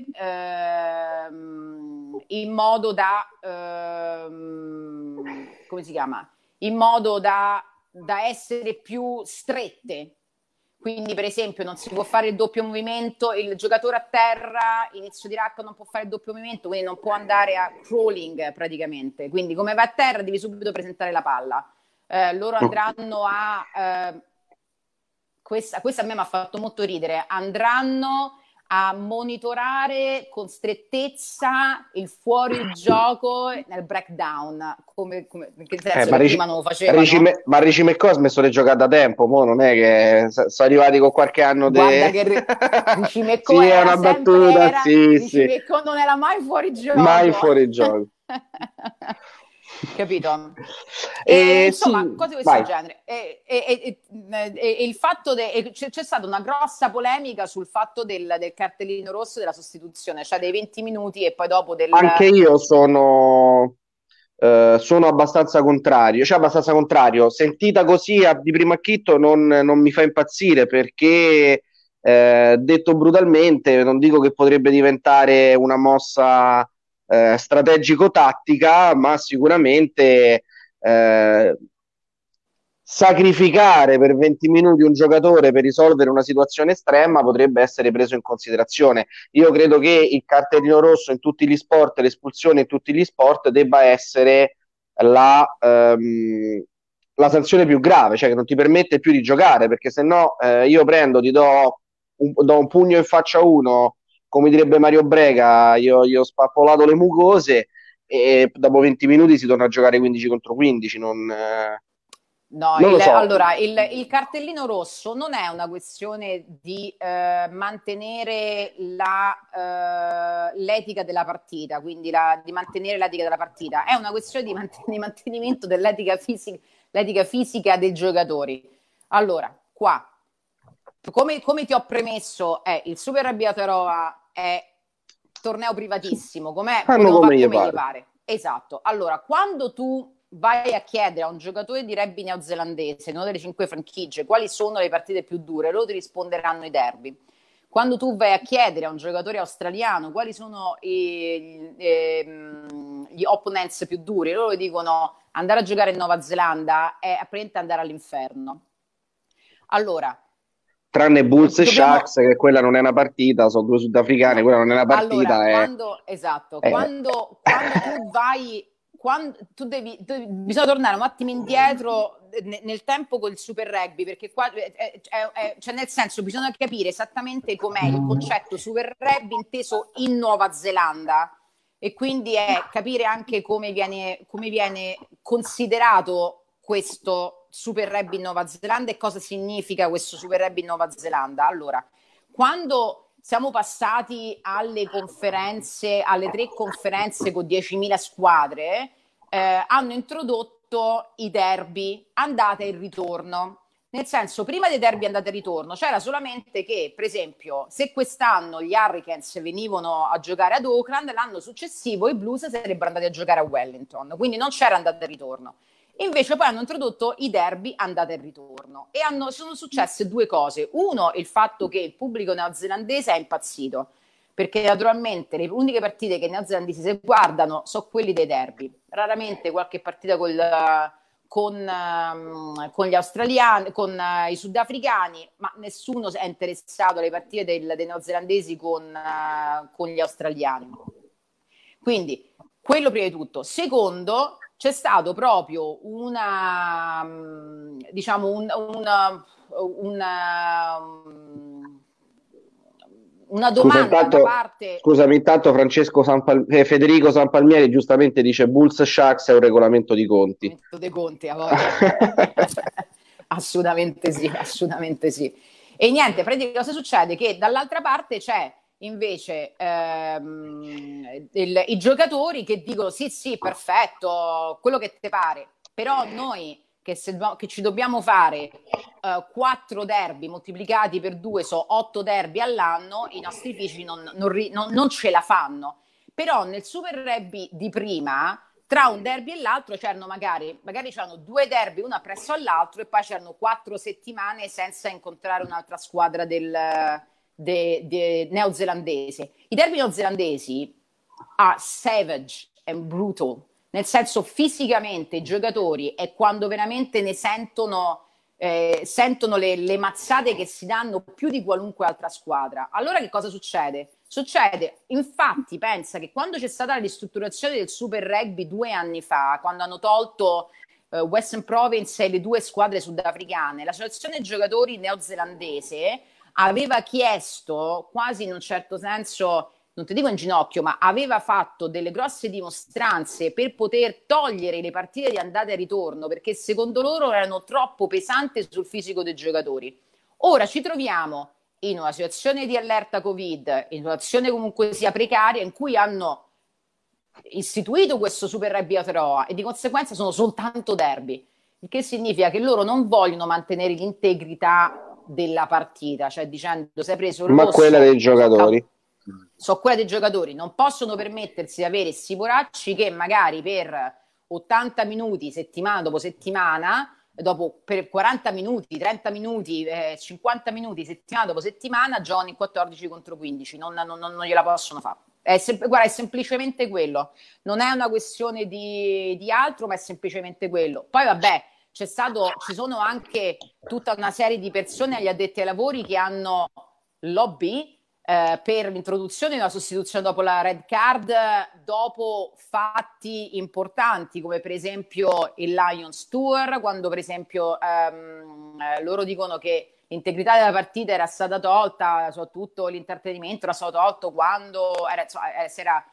ehm, in modo da ehm, come si chiama? In modo da, da essere più strette. Quindi, per esempio, non si può fare il doppio movimento, il giocatore a terra, inizio di racco, non può fare il doppio movimento, quindi non può andare a crawling praticamente. Quindi, come va a terra, devi subito presentare la palla. Eh, loro andranno a... Eh, questa, questa a me mi ha fatto molto ridere, andranno a monitorare con strettezza il fuorigioco nel breakdown, come, come, in senso Eh, che ma Ricci, prima non lo facevano. Ricci Me- ma Ricci McCaw ha smesso di giocare da tempo, mo non è che s- sono arrivati con qualche anno Guarda de... che Ricci McCaw Sì, è era una sempre, battuta, era, sì, Ricci sì, McCaw non era mai fuori mai gioco. fuori gioco. Capito? E E insomma, sì, cose di questo vai. genere. E, e- e- e- e il fatto de- e c'è, c'è stata una grossa polemica sul fatto del, del cartellino rosso della sostituzione, cioè dei venti minuti e poi dopo del... Anche io sono, eh, sono abbastanza contrario, cioè abbastanza contrario. Sentita così a- di primo acchito non, non mi fa impazzire perché, eh, detto brutalmente, non dico che potrebbe diventare una mossa, eh, strategico-tattica, ma sicuramente, eh, sacrificare per venti minuti un giocatore per risolvere una situazione estrema potrebbe essere preso in considerazione. Io credo che il cartellino rosso in tutti gli sport, l'espulsione in tutti gli sport debba essere la, ehm, la sanzione più grave, cioè che non ti permette più di giocare, perché se no eh, io prendo, ti do un, do un pugno in faccia a uno, come direbbe Mario Brega, io gli ho spappolato le mucose e dopo venti minuti si torna a giocare quindici contro quindici, non, eh, No, non lo il, so. allora il, il cartellino rosso non è una questione di eh, mantenere la, eh, l'etica della partita, quindi la- di mantenere l'etica della partita, è una questione di, manten- di mantenimento dell'etica fisica, l'etica fisica dei giocatori. Allora, qua, come, come ti ho premesso, è il Super Abiateroa è torneo privatissimo, com'è, Fanno potevano come fare gli come gli pare. pare. Esatto. Allora, quando tu vai a chiedere a un giocatore di rugby neozelandese, in una delle cinque franchigie, quali sono le partite più dure, loro ti risponderanno i derby. Quando tu vai a chiedere a un giocatore australiano quali sono i, ehm, gli opponents più duri, loro dicono andare a giocare in Nuova Zelanda è praticamente andare all'inferno. Allora, Tranne Bulls e dobbiamo... Sharks, che quella non è una partita, sono due sudafricane, No. quella non è una Allora, partita, è... quando, esatto, è... quando, quando tu vai, quando, tu devi, tu- bisogna tornare un attimo indietro ne- nel tempo col Super Rugby, perché qua, è- è- è- cioè nel senso, bisogna capire esattamente com'è il concetto Super Rugby inteso in Nuova Zelanda e quindi è capire anche come viene, come viene considerato questo Super Rugby in Nuova Zelanda e cosa significa questo Super Rugby in Nuova Zelanda. Allora, quando siamo passati alle conferenze, alle tre conferenze con diecimila squadre, eh, hanno introdotto i derby, andata e ritorno. Nel senso, prima dei derby andata e ritorno c'era solamente che, per esempio, se quest'anno gli Hurricanes venivano a giocare ad Oakland, l'anno successivo i Blues sarebbero andati a giocare a Wellington, quindi non c'era andata e ritorno. Invece poi hanno introdotto i derby andata e ritorno e hanno, sono successe due cose. Uno, il fatto che il pubblico neozelandese è impazzito, perché naturalmente le uniche partite che i neozelandesi si guardano sono quelli dei derby. Raramente qualche partita col, con, um, con gli australiani, con uh, i sudafricani, ma nessuno è interessato alle partite del, dei neozelandesi con, uh, con gli australiani. Quindi, quello prima di tutto. Secondo, c'è stato proprio una, diciamo, un, una, una, una domanda. Scusa, intanto, da parte... Scusami, intanto Francesco Sanpal- eh, Federico Sanpalmieri giustamente dice Bulls Sharks è un regolamento di conti. Regolamento dei conti, a voglia. Assolutamente sì, assolutamente sì. E niente, praticamente cosa succede? Che dall'altra parte c'è invece ehm, il, i giocatori che dicono sì sì perfetto, quello che te pare, però noi che, se, che ci dobbiamo fare uh, quattro derby moltiplicati per due sono otto derby all'anno, i nostri fisici non, non, non, non ce la fanno. Però nel Super Rugby di prima, tra un derby e l'altro c'erano magari, magari c'erano due derby uno appresso all'altro e poi c'erano quattro settimane senza incontrare un'altra squadra del De, de neozelandese. I derby neozelandesi are savage and brutal, nel senso fisicamente i giocatori è quando veramente ne sentono eh, sentono le, le mazzate che si danno più di qualunque altra squadra. Allora che cosa succede? Succede, infatti pensa che quando c'è stata la ristrutturazione del Super Rugby due anni fa, quando hanno tolto eh, Western Province e le due squadre sudafricane, l'associazione giocatori neozelandese aveva chiesto, quasi in un certo senso, non ti dico in ginocchio, ma aveva fatto delle grosse dimostranze per poter togliere le partite di andata e ritorno, perché secondo loro erano troppo pesanti sul fisico dei giocatori. Ora ci troviamo in una situazione di allerta Covid, in una situazione comunque sia precaria, in cui hanno istituito questo Super Rugby Aotearoa e di conseguenza sono soltanto derby, il che significa che loro non vogliono mantenere l'integrità della partita, cioè dicendo sei preso il ma rosso, quella dei giocatori so, so quella dei giocatori non possono permettersi di avere sti poracci che magari per ottanta minuti settimana dopo settimana, dopo per quaranta minuti, trenta minuti, eh, cinquanta minuti settimana dopo settimana giocano in quattordici contro quindici, non, non, non, non gliela possono fare. È sem- guarda, è semplicemente quello, non è una questione di, di altro, ma è semplicemente quello. Poi vabbè, c'è stato, ci sono anche tutta una serie di persone agli addetti ai lavori che hanno lobby eh, per l'introduzione di una sostituzione dopo la red card, dopo fatti importanti come per esempio il Lions Tour, quando per esempio ehm, loro dicono che l'integrità della partita era stata tolta, soprattutto l'intrattenimento era stato tolto quando era, insomma, era,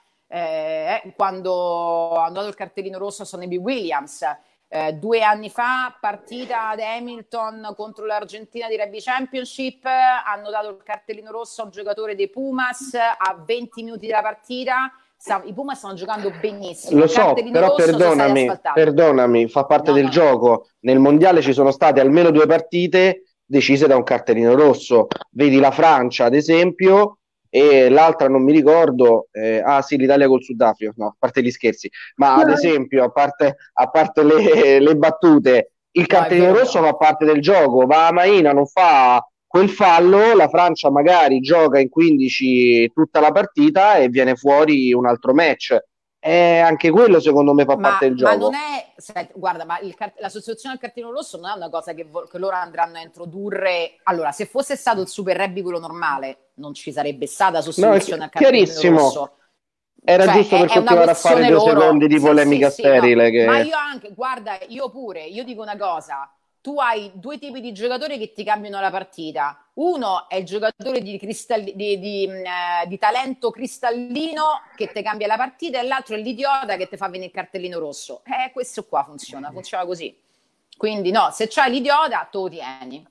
eh, quando ha dato il cartellino rosso a Sonny B. Williams. Eh, due anni fa, partita ad Hamilton contro l'Argentina di Rugby Championship, hanno dato il cartellino rosso a un giocatore dei Pumas a venti minuti della partita. I Pumas stanno giocando benissimo. Lo so, però perdonami, perdonami, fa parte no, del no. gioco. Nel mondiale ci sono state almeno due partite decise da un cartellino rosso. Vedi la Francia, ad esempio, e l'altra non mi ricordo, eh, ah sì, l'Italia col Sudafrica, no, a parte gli scherzi, ma ad esempio, a parte, a parte le, le battute, il cartellino no, rosso fa parte del gioco, va a Maina, non fa quel fallo, la Francia magari gioca in quindici tutta la partita e viene fuori un altro match. Eh, anche quello secondo me fa ma, parte del ma gioco. Non è, senti, guarda, ma il, la sostituzione al cartellino rosso non è una cosa che, vo- che loro andranno a introdurre. Allora, se fosse stato il Super Rugby quello normale, non ci sarebbe stata sostituzione no, al cartellino rosso. Era cioè, giusto per è, continuare è a fare due loro. secondi di sì, polemica sì, sterile. Sì, no. Che... Ma io anche, guarda, io pure, io dico una cosa. Tu hai due tipi di giocatori che ti cambiano la partita. Uno è il giocatore di, cristalli- di, di, eh, di talento cristallino che ti cambia la partita e l'altro è l'idiota che ti fa venire il cartellino rosso. Eh, questo qua funziona, funziona così. Quindi no, se c'hai l'idiota, tu lo tieni.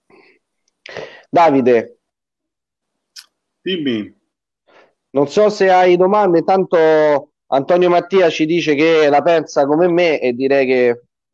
Davide. Dimmi. Non so se hai domande, intanto Antonio Mattia ci dice che la pensa come me e direi che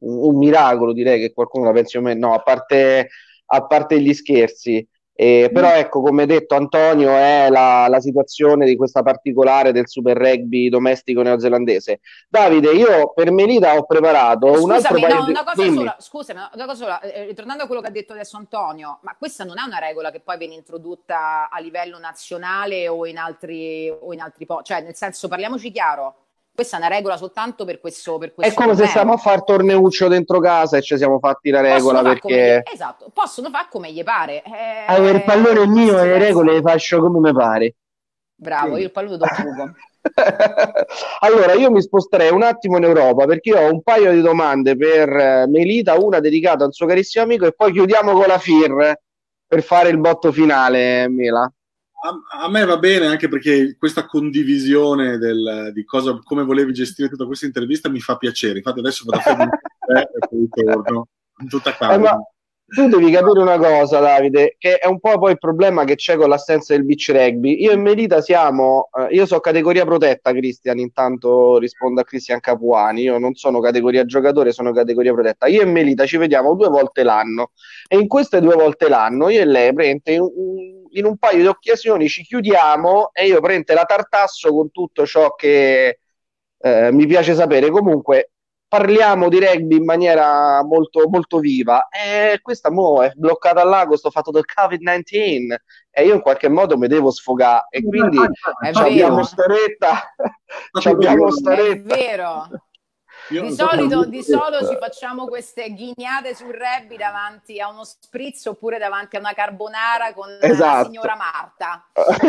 un, un miracolo, direi, che qualcuno la pensi come no, a parte, a parte gli scherzi. Eh, però ecco, come detto Antonio, è la, la situazione di questa particolare del Super Rugby domestico neozelandese. Davide, io per Melita ho preparato un altro Scusami, paio no, di... una cosa Dimmi. sola, scusami, una cosa sola, eh, ritornando a quello che ha detto adesso Antonio, ma questa non è una regola che poi viene introdotta a livello nazionale o in altri, o in altri po', cioè nel senso, parliamoci chiaro, questa è una regola soltanto per questo, per È questo come se stiamo a torneo. fare torneuccio dentro casa e ci siamo fatti la regola Possono fare come gli, perché esatto, possono fare come gli pare, ah, il pallone è eh, mio e le regole viceversa. le faccio come mi pare. Bravo, io il pallone do fugo. Allora, io mi sposterei un attimo in Europa perché io ho un paio di domande per eh, Melita, una dedicata al suo carissimo amico e poi chiudiamo con la F I R per fare il botto finale, Mela. A, a me va bene anche perché questa condivisione del, di cosa, come volevi gestire tutta questa intervista mi fa piacere. Infatti adesso vado a fare un caffè e poi torno con tutta Eh, ma calma. tu devi capire una cosa, Davide, che è un po' poi il problema che c'è con l'assenza del beach rugby. Io e Melita siamo, eh, io so categoria protetta, Cristian, intanto rispondo a Cristian Capuani, io non sono categoria giocatore, sono categoria protetta. Io e Melita ci vediamo due volte l'anno e in queste due volte l'anno io e lei prende in, un- in un paio di occasioni ci chiudiamo e io prendo la tartasso con tutto ciò che eh, mi piace sapere. Comunque parliamo di rugby in maniera molto, molto viva e questa mo è bloccata là con sto fatto del covid diciannove e io in qualche modo mi devo sfogare e quindi È ci abbiamo vero, storetta ci abbiamo è storetta vero. Io Di non so come solito, di dire. solito ci facciamo queste ghignate sul rugby davanti a uno spritz oppure davanti a una carbonara con la esatto signora Marta.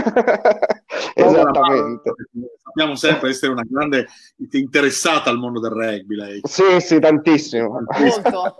esattamente. Sappiamo sempre essere una grande interessata al mondo del rugby, lei. Sì, sì, tantissimo. Molto.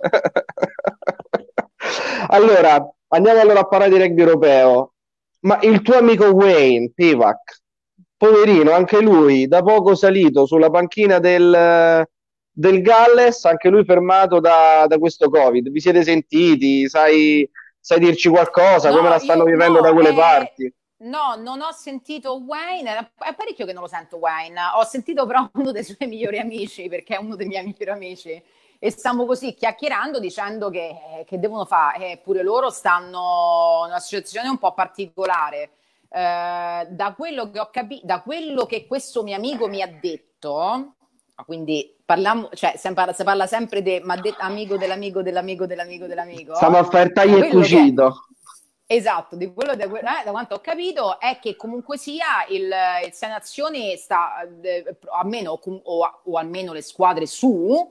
Allora, andiamo allora a parlare di rugby europeo. Ma il tuo amico Wayne Pivac, poverino, anche lui da poco salito sulla panchina del, del Galles, anche lui fermato da, da questo Covid. Vi siete sentiti? Sai, sai dirci qualcosa? Come No, la stanno io vivendo da no, quelle eh, parti? no, non ho sentito Wayne, è parecchio che non lo sento Wayne, ho sentito però uno dei suoi migliori amici, perché è uno dei miei migliori amici, e stiamo così chiacchierando dicendo che, che devono fare, eh, pure loro stanno in una situazione un po' particolare. Eh, da quello che ho capito, da quello che questo mio amico mi ha detto, quindi parliamo, cioè, si parla, si parla sempre di amico dell'amico dell'amico dell'amico dell'amico, Stiamo a fare da taglio e quello che cucito. esatto, di quello da, eh, da quanto ho capito è che comunque sia il, il Sei Nazioni sta, eh, almeno, o, o almeno le squadre su,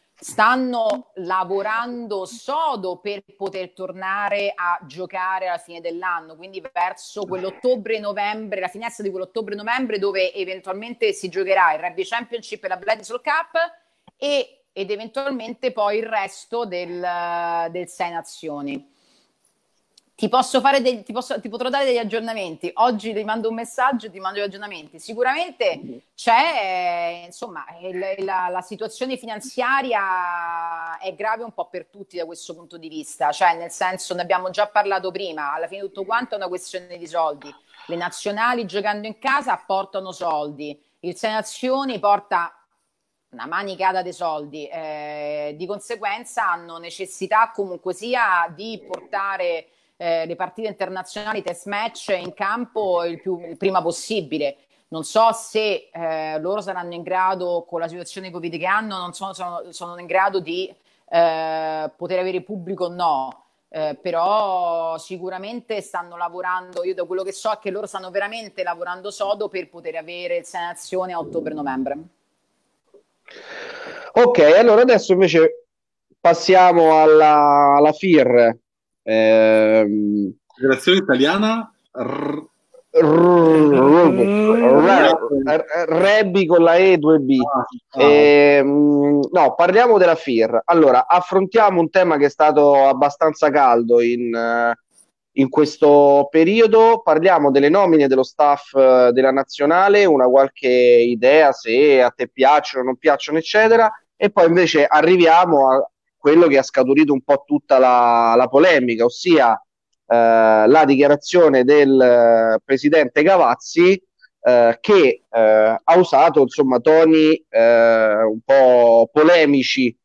stanno lavorando sodo per poter tornare a giocare alla fine dell'anno, quindi verso quell'ottobre-novembre, la finestra di quell'ottobre-novembre dove eventualmente si giocherà il Rugby Championship e la Bledisloe Cup e, ed eventualmente poi il resto del, del Sei Nazioni. Ti posso fare dei, ti, posso, ti potrò dare degli aggiornamenti. Oggi ti mando un messaggio, ti mando gli aggiornamenti. Sicuramente c'è, insomma, il, la, la situazione finanziaria è grave un po' per tutti da questo punto di vista. Cioè, nel senso, ne abbiamo già parlato prima, alla fine tutto quanto è una questione di soldi. Le nazionali giocando in casa apportano soldi. Il Sei Nazioni porta una manicata di soldi. Eh, di conseguenza hanno necessità comunque sia di portare Eh, le partite internazionali test match in campo il, più, il prima possibile. Non so se eh, loro saranno in grado, con la situazione Covid che hanno, non sono, sono, sono in grado di eh, poter avere pubblico o no. Eh, però sicuramente stanno lavorando, io da quello che so è che loro stanno veramente lavorando sodo per poter avere il Sei Nazioni a ottobre-novembre. Ok, allora adesso invece passiamo alla, alla F I R. Ehm, Federazione Italiana r- Rebbi con la E due B. ah, ah. Ehm, no, parliamo della F I R. Allora, affrontiamo un tema che è stato abbastanza caldo in, in questo periodo. Parliamo delle nomine dello staff della nazionale, una qualche idea se a te piacciono, non piacciono, eccetera. E poi invece arriviamo a quello che ha scaturito un po' tutta la, la polemica, ossia eh, la dichiarazione del eh, presidente Gavazzi eh, che eh, ha usato insomma toni eh, un po' polemici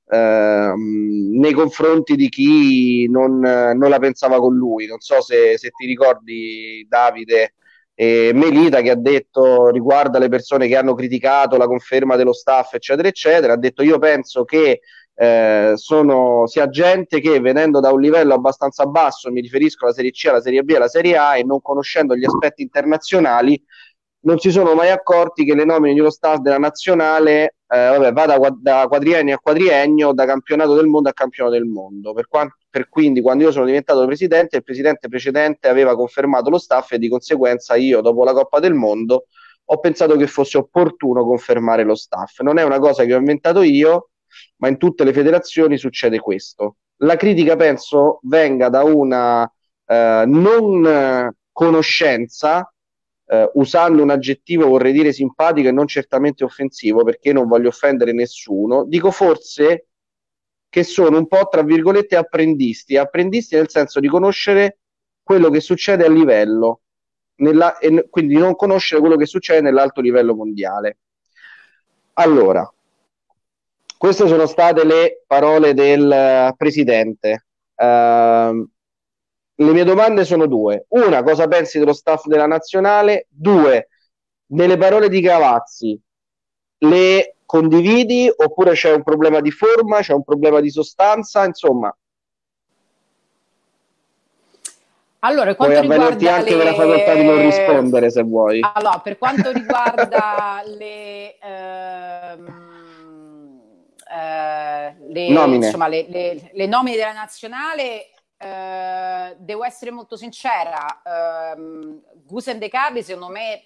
ehm, nei confronti di chi non, non la pensava con lui. Non so se, se ti ricordi, Davide e Melita, che ha detto riguardo alle persone che hanno criticato la conferma dello staff, eccetera, eccetera, ha detto: io penso che eh, sono, sia gente che venendo da un livello abbastanza basso, mi riferisco alla Serie C, alla Serie B, alla Serie A, e non conoscendo gli aspetti internazionali, non si sono mai accorti che le nomine dello staff della nazionale eh, vabbè, va da, da quadriennio a quadriennio, da campionato del mondo a campionato del mondo. Per, quanto, per quindi, quando io sono diventato presidente, il presidente precedente aveva confermato lo staff, e di conseguenza io, dopo la Coppa del Mondo, ho pensato che fosse opportuno confermare lo staff. Non è una cosa che ho inventato io, ma in tutte le federazioni succede questo. La critica, penso, venga da una eh, non conoscenza, eh, usando un aggettivo vorrei dire simpatico e non certamente offensivo, perché non voglio offendere nessuno, dico forse che sono un po' tra virgolette apprendisti, apprendisti nel senso di conoscere quello che succede a livello, nella, e quindi non conoscere quello che succede nell'alto livello mondiale. Allora, queste sono state le parole del presidente. Uh, le mie domande sono due. Una, cosa pensi dello staff della nazionale? Due, nelle parole di Cavazzi, le condividi oppure c'è un problema di forma, c'è un problema di sostanza? Insomma, allora, puoi quanto avvalerti riguarda anche le... della facoltà di non rispondere se vuoi. Allora, per quanto riguarda le... ehm, eh, le, Nomine. insomma, le, le, le nomine della nazionale, eh, devo essere molto sincera, ehm, Gusen De Carli secondo me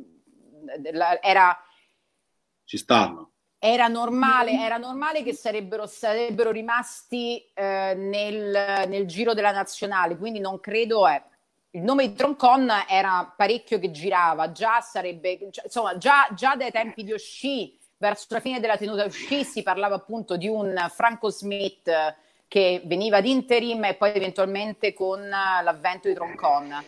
era... Ci stanno. Era normale, era normale che sarebbero, sarebbero rimasti eh, nel, nel giro della nazionale, quindi non credo. Eh. Il nome di Troncon era parecchio che girava, già sarebbe, cioè, insomma, già, già dai tempi di Osci, verso la fine della tenuta Osci, si parlava appunto di un Franco Smith che veniva ad interim e poi eventualmente con l'avvento di Troncon.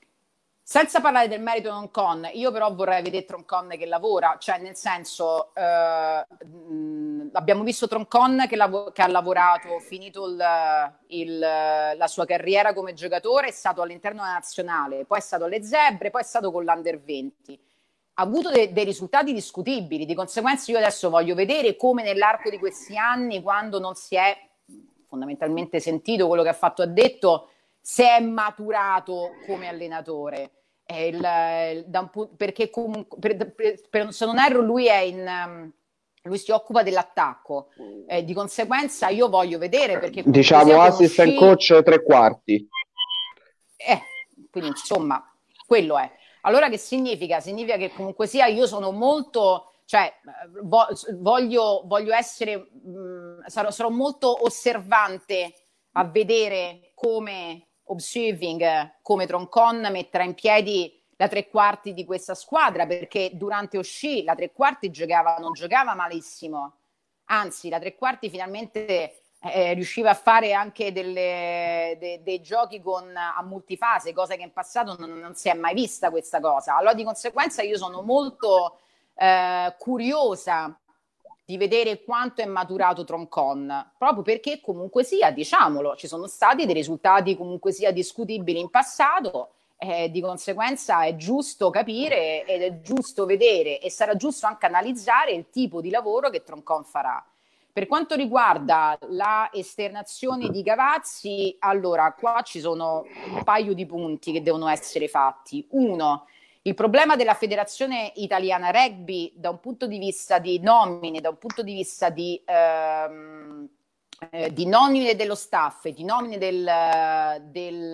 Senza parlare del merito Troncon, io però vorrei vedere Troncon che lavora, cioè nel senso, eh, mh, abbiamo visto Troncon che, lav- che ha lavorato, finito il, il, la sua carriera come giocatore, è stato all'interno della nazionale, poi è stato alle Zebre, poi è stato con l'Under venti. Ha avuto de- dei risultati discutibili, di conseguenza io adesso voglio vedere come nell'arco di questi anni, quando non si è fondamentalmente sentito quello che ha fatto e ha detto, se è maturato come allenatore. Il, il, da un, perché comunque per, per, per, se non erro lui è in um, lui si occupa dell'attacco, eh, di conseguenza io voglio vedere, perché diciamo assistant conosci... coach tre quarti, eh, quindi insomma quello è. Allora che significa? Significa che comunque sia io sono molto, cioè vo, voglio, voglio essere mh, sarò, sarò molto osservante a vedere come observing come Troncon metterà in piedi la tre quarti di questa squadra, perché durante Osci la tre quarti giocava, non giocava malissimo, anzi la tre quarti finalmente eh, riusciva a fare anche delle, de, dei giochi con, a multifase, cosa che in passato non, non si è mai vista questa cosa. Allora di conseguenza io sono molto eh, curiosa di vedere quanto è maturato Troncon, proprio perché comunque sia, diciamolo, ci sono stati dei risultati comunque sia discutibili in passato, eh, di conseguenza è giusto capire ed è giusto vedere e sarà giusto anche analizzare il tipo di lavoro che Troncon farà. Per quanto riguarda la esternazione di Cavazzi, allora qua ci sono un paio di punti che devono essere fatti. Uno, il problema della Federazione Italiana Rugby da un punto di vista di nomine, da un punto di vista di, ehm, eh, di nomine dello staff e di nomine del, del,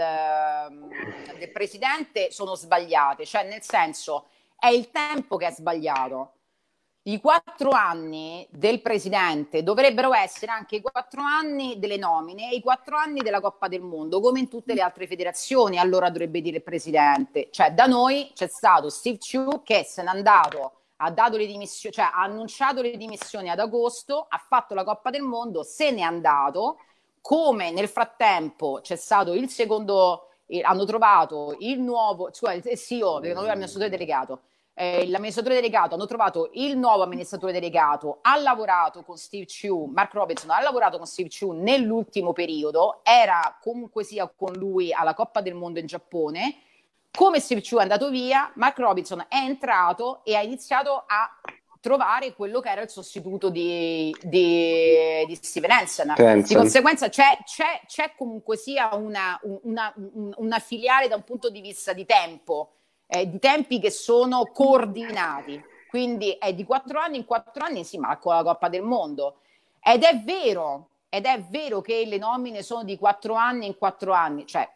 del presidente sono sbagliate, cioè nel senso è il tempo che è sbagliato. I quattro anni del presidente dovrebbero essere anche i quattro anni delle nomine e i quattro anni della Coppa del Mondo, come in tutte le altre federazioni, allora dovrebbe dire il presidente. Cioè da noi c'è stato Steve Chu che se n'è andato, ha dato le dimissioni, cioè ha annunciato le dimissioni ad agosto, ha fatto la Coppa del Mondo, se n'è andato, come nel frattempo c'è stato il secondo, eh, hanno trovato il nuovo, cioè il C E O, perché non lui è il mio assessore delegato, eh, l'amministratore delegato, hanno trovato il nuovo amministratore delegato, ha lavorato con Steve Chu, Mark Robinson ha lavorato con Steve Chu nell'ultimo periodo, era comunque sia con lui alla Coppa del Mondo in Giappone. Come Steve Chu è andato via, Mark Robinson è entrato e ha iniziato a trovare quello che era il sostituto di, di, di Steven Hansen. Di conseguenza c'è, c'è, c'è comunque sia una, una, una filiale da un punto di vista di tempo, eh, di tempi che sono coordinati. Quindi è di quattro anni in quattro anni, sì, ma con la Coppa del Mondo. Ed è vero, ed è vero che le nomine sono di quattro anni in quattro anni, cioè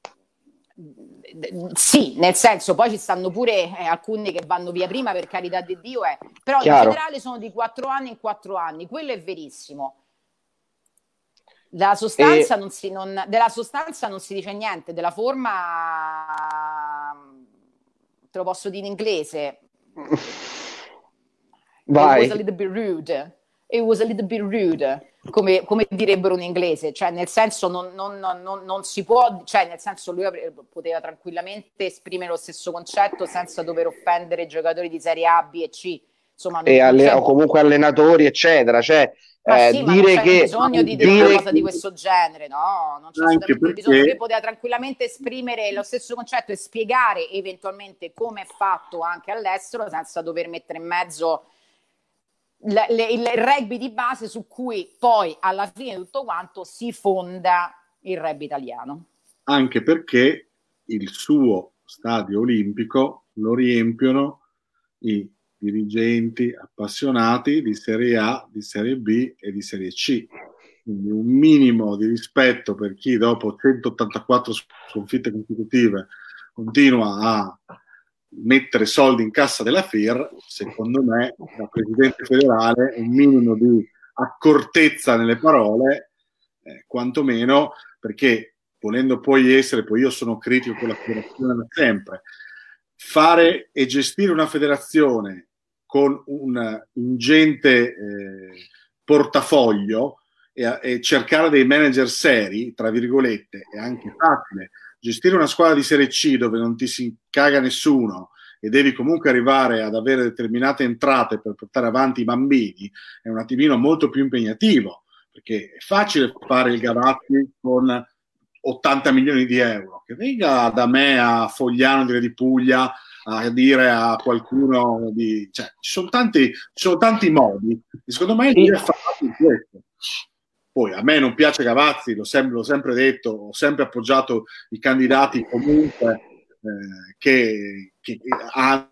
sì, nel senso, poi ci stanno pure eh, alcuni che vanno via prima, per carità di Dio, eh. Però Chiaro. In generale sono di quattro anni in quattro anni, quello è verissimo. Della sostanza, e... non si, non, della sostanza non si dice niente, della forma te lo posso dire in inglese. Vai. It was a little bit rude. It was a little bit rude, come, come direbbero in inglese, cioè nel senso non, non, non, non si può, cioè nel senso lui poteva tranquillamente esprimere lo stesso concetto senza dover offendere giocatori di Serie A, B e C, insomma, e alle, o comunque allenatori eccetera, cioè ma eh, sì, dire ma non c'è che bisogno di dire una cosa di questo genere, no, non c'è assolutamente perché... bisogno, lui poteva tranquillamente esprimere lo stesso concetto e spiegare eventualmente come è fatto anche all'estero senza dover mettere in mezzo Le, le, il rugby di base su cui poi alla fine di tutto quanto si fonda il rugby italiano. Anche perché il suo stadio olimpico lo riempiono i dirigenti appassionati di Serie A, di Serie B e di Serie C. Quindi un minimo di rispetto per chi dopo centottantaquattro sconfitte consecutive continua a mettere soldi in cassa della F I R, secondo me, da presidente federale, un minimo di accortezza nelle parole, eh, quantomeno, perché volendo poi essere, poi io sono critico con la federazione da sempre, fare e gestire una federazione con un ingente eh, portafoglio e, e cercare dei manager seri, tra virgolette, è anche facile. Gestire una squadra di Serie C dove non ti si caga nessuno e devi comunque arrivare ad avere determinate entrate per portare avanti i bambini è un attimino molto più impegnativo, perché è facile fare il Gavazzi con ottanta milioni di euro, che venga da me a Fogliano dire di Puglia a dire a qualcuno di... cioè ci sono tanti, ci sono tanti modi e secondo me è facile questo. Poi a me non piace Gavazzi, l'ho sempre, l'ho sempre detto, ho sempre appoggiato i candidati comunque eh, che, che hanno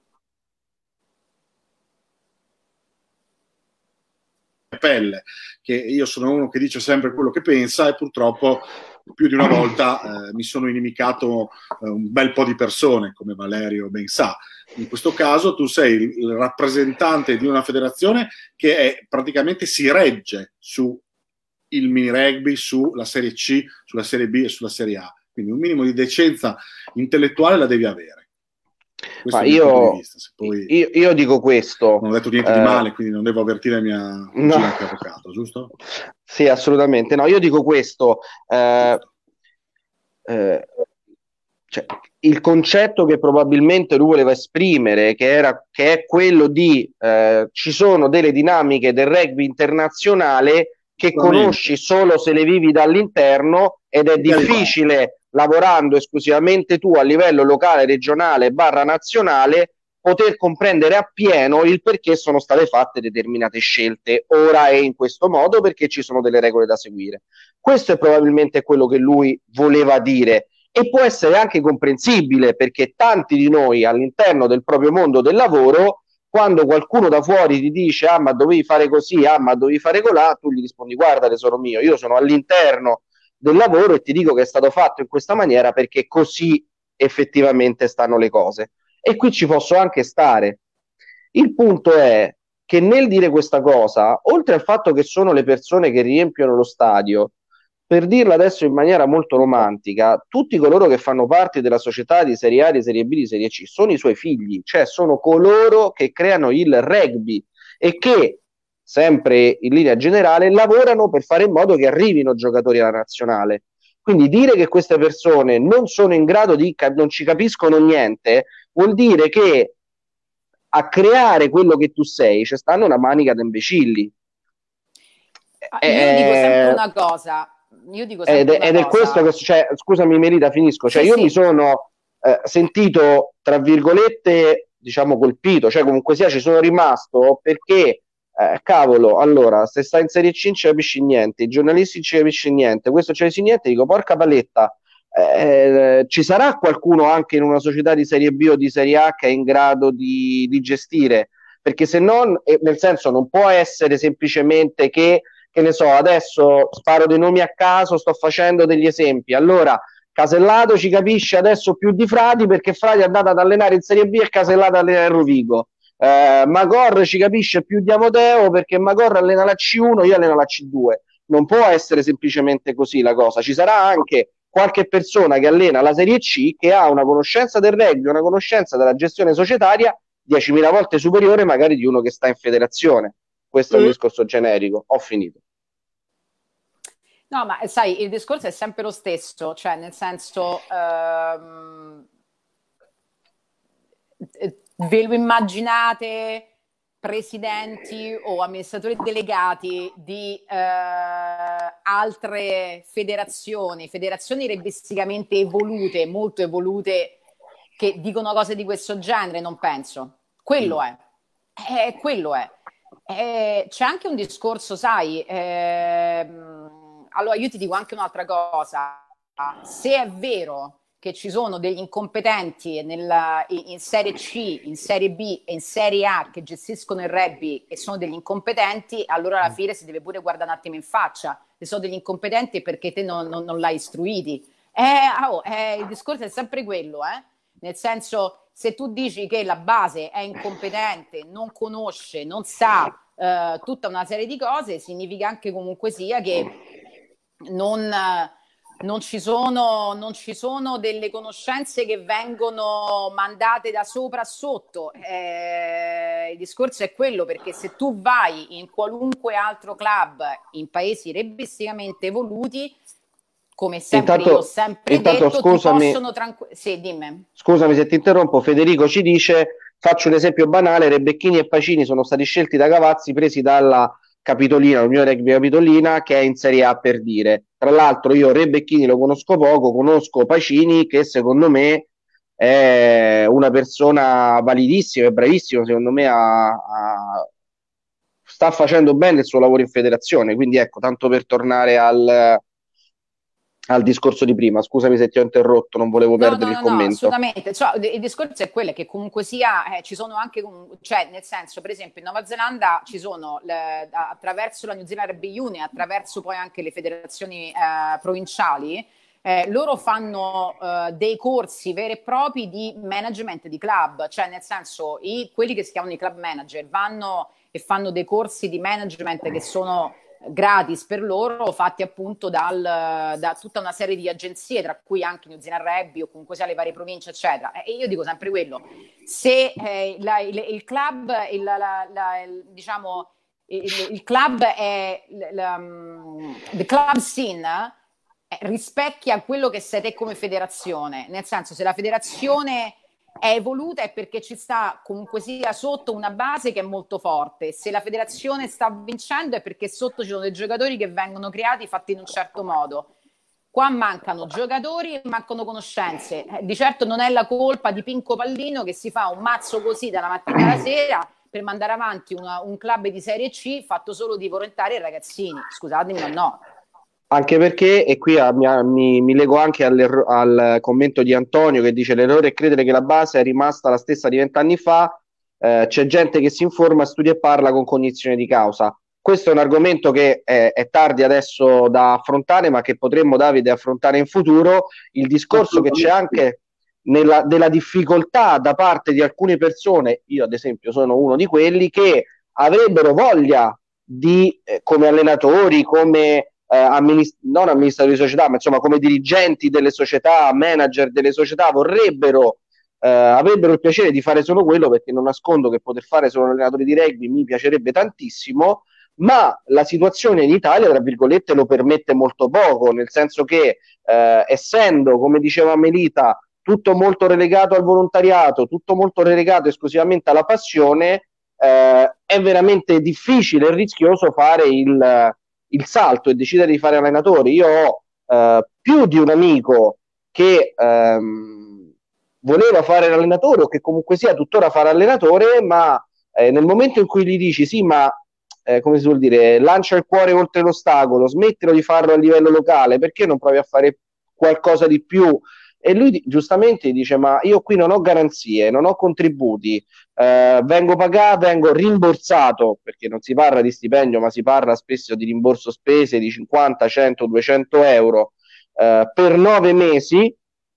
pelle, che io sono uno che dice sempre quello che pensa e purtroppo più di una volta eh, mi sono inimicato eh, un bel po' di persone, come Valerio ben sa. In questo caso tu sei il, il rappresentante di una federazione che è, praticamente si regge su il mini rugby, sulla Serie C, sulla Serie B e sulla Serie A. Quindi un minimo di decenza intellettuale la devi avere. Questo Ma è il io, mio punto di vista. Se poi io, io dico questo. Non ho detto niente eh, di male, quindi non devo avvertire mia cugina no. che è avvocato, giusto? Sì, assolutamente. No, io dico questo. Eh, eh, cioè, il concetto che probabilmente lui voleva esprimere, che, era, che è quello di eh, ci sono delle dinamiche del rugby internazionale che conosci solo se le vivi dall'interno ed è difficile, lavorando esclusivamente tu a livello locale, regionale, barra nazionale, poter comprendere appieno il perché sono state fatte determinate scelte ora e in questo modo, perché ci sono delle regole da seguire. Questo è probabilmente quello che lui voleva dire e può essere anche comprensibile, perché tanti di noi all'interno del proprio mondo del lavoro, quando qualcuno da fuori ti dice ah ma dovevi fare così, ah ma dovevi fare colà, tu gli rispondi guarda tesoro mio, io sono all'interno del lavoro e ti dico che è stato fatto in questa maniera perché così effettivamente stanno le cose. E qui ci posso anche stare. Il punto è che nel dire questa cosa, oltre al fatto che sono le persone che riempiono lo stadio, per dirla adesso in maniera molto romantica, tutti coloro che fanno parte della società di Serie A, di Serie B, di Serie C, sono i suoi figli, cioè sono coloro che creano il rugby e che, sempre in linea generale, lavorano per fare in modo che arrivino giocatori alla nazionale. Quindi dire che queste persone non sono in grado di, non ci capiscono niente, vuol dire che a creare quello che tu sei, ci stanno una manica di imbecilli. Io eh, dico sempre una cosa. Io dico sempre ed, una ed cosa. è questo che, cioè, scusami Merita, finisco. Cioè, sì, io sì. mi sono eh, sentito, tra virgolette, diciamo colpito, cioè comunque sia ci sono rimasto perché, eh, cavolo, allora, se stai in Serie C non ci capisci niente, i giornalisti non ci capisci niente, questo non ci capisci niente, dico, porca paletta, eh, ci sarà qualcuno anche in una società di Serie B o di Serie A che è in grado di, di gestire? Perché se non, eh, nel senso, non può essere semplicemente che che ne so, adesso sparo dei nomi a caso, sto facendo degli esempi. Allora, Casellato ci capisce adesso più di Frati perché Frati è andato ad allenare in Serie B e Casellato allena il Rovigo. Eh, Magor ci capisce più di Amodeo perché Magor allena la C uno, io alleno la C due. Non può essere semplicemente così la cosa. Ci sarà anche qualche persona che allena la Serie C che ha una conoscenza del rugby, una conoscenza della gestione societaria diecimila volte superiore magari di uno che sta in federazione. Questo è un discorso generico. Ho finito. No, ma sai, il discorso è sempre lo stesso, cioè nel senso, ehm, ve lo immaginate presidenti o amministratori delegati di eh, altre federazioni, federazioni rebbisticamente evolute, molto evolute, che dicono cose di questo genere? Non penso. Quello è. Eh, quello è. Eh, c'è anche un discorso, sai, ehm, allora io ti dico anche un'altra cosa, se è vero che ci sono degli incompetenti nella, in Serie C, in Serie B e in Serie A che gestiscono il rugby e sono degli incompetenti, allora alla fine si deve pure guardare un attimo in faccia, se sono degli incompetenti perché te non, non, non l'hai istruiti. Eh, oh, eh, il discorso è sempre quello, eh? Nel senso, se tu dici che la base è incompetente, non conosce, non sa eh, tutta una serie di cose, significa anche comunque sia che non, non, ci sono, non ci sono delle conoscenze che vengono mandate da sopra a sotto. Eh, il discorso è quello, perché se tu vai in qualunque altro club in paesi rebbisticamente evoluti, come sempre intanto, io ho sempre intanto, detto, scusami, ti possono tranqu- sì, dimmi. Scusami se ti interrompo, Federico ci dice, faccio un esempio banale, Rebecchini e Pacini sono stati scelti da Cavazzi, presi dalla Capitolina, l'Unione Rugby Capitolina, che è in Serie A, per dire. Tra l'altro io Rebecchini lo conosco poco, conosco Pacini che secondo me è una persona validissima e bravissima, secondo me ha, ha... sta facendo bene il suo lavoro in federazione, quindi ecco, tanto per tornare al... al discorso di prima, scusami se ti ho interrotto, non volevo No, perdere no, il no, commento. no, assolutamente. Cioè, il discorso è quello che comunque sia, eh, ci sono anche, cioè nel senso, per esempio in Nuova Zelanda ci sono le, attraverso la New Zealand Rugby Union, attraverso poi anche le federazioni eh, provinciali, eh, loro fanno eh, dei corsi veri e propri di management di club, cioè nel senso i, quelli che si chiamano i club manager vanno e fanno dei corsi di management che sono gratis per loro, fatti appunto dal, da tutta una serie di agenzie, tra cui anche New Zealand Rugby o comunque sia le varie province, eccetera. E io dico sempre quello: se eh, la, il, il club, il, la, la, il, diciamo, il, il club è la, the club scene eh, rispecchia quello che sei te come federazione, nel senso, se la federazione è evoluta è perché ci sta comunque sia sotto una base che è molto forte. Se la federazione sta vincendo è perché sotto ci sono dei giocatori che vengono creati, fatti in un certo modo. Qua mancano giocatori e mancano conoscenze. Eh, di certo non è la colpa di Pinco Pallino che si fa un mazzo così dalla mattina alla sera per mandare avanti una, un club di Serie C fatto solo di volontari e ragazzini. Scusatemi, ma no. Anche perché, e qui a, mi, mi lego anche al commento di Antonio che dice: l'errore è credere che la base è rimasta la stessa di vent'anni fa, eh, c'è gente che si informa, studia e parla con cognizione di causa. Questo è un argomento che è, è tardi adesso da affrontare, ma che potremmo, Davide, affrontare in futuro. Il discorso che c'è anche nella, della difficoltà da parte di alcune persone, io ad esempio sono uno di quelli, che avrebbero voglia di, eh, come allenatori, come Eh, amminist- non amministratori di società, ma insomma come dirigenti delle società, manager delle società, vorrebbero eh, avrebbero il piacere di fare solo quello, perché non nascondo che poter fare solo allenatore di rugby mi piacerebbe tantissimo, ma la situazione in Italia, tra virgolette, lo permette molto poco, nel senso che eh, essendo, come diceva Melita, tutto molto relegato al volontariato, tutto molto relegato esclusivamente alla passione, eh, è veramente difficile e rischioso fare il, il salto e decidere di fare allenatore. Io ho eh, più di un amico che ehm, voleva fare l'allenatore o che comunque sia tuttora fare allenatore, ma eh, nel momento in cui gli dici sì, ma eh, come si vuol dire, lancia il cuore oltre l'ostacolo, smettilo di farlo a livello locale, perché non provi a fare qualcosa di più? E lui giustamente dice, ma io qui non ho garanzie, non ho contributi, eh, vengo pagato, vengo rimborsato, perché non si parla di stipendio, ma si parla spesso di rimborso spese di cinquanta, cento, duecento euro eh, per nove mesi,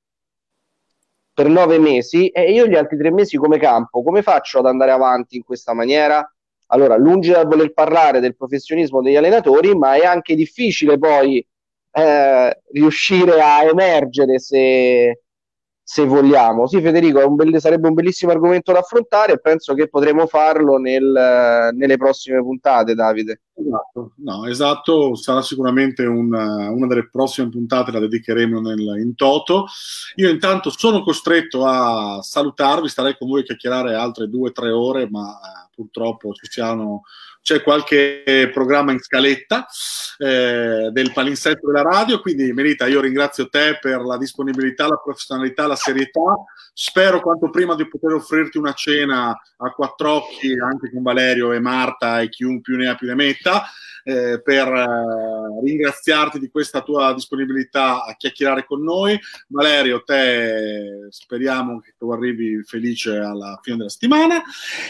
per nove mesi, e io gli altri tre mesi come campo, come faccio ad andare avanti in questa maniera? Allora, lungi dal voler parlare del professionismo degli allenatori, ma è anche difficile poi eh, riuscire a emergere se, se vogliamo. Sì, Federico, è un bell- sarebbe un bellissimo argomento da affrontare e penso che potremo farlo nel- nelle prossime puntate, Davide. Esatto, no, esatto, sarà sicuramente una, una delle prossime puntate, la dedicheremo nel, in toto. Io intanto sono costretto a salutarvi, starei con voi a chiacchierare altre due o tre ore, ma eh, purtroppo ci siano, c'è qualche programma in scaletta eh, del palinsesto della radio, quindi Melita, io ringrazio te per la disponibilità, la professionalità, la serietà. Spero quanto prima di poter offrirti una cena a quattro occhi anche con Valerio e Marta e chiunque più ne ha più ne metta, eh, per eh, ringraziarti di questa tua disponibilità a chiacchierare con noi. Valerio, te speriamo che tu arrivi felice alla fine della settimana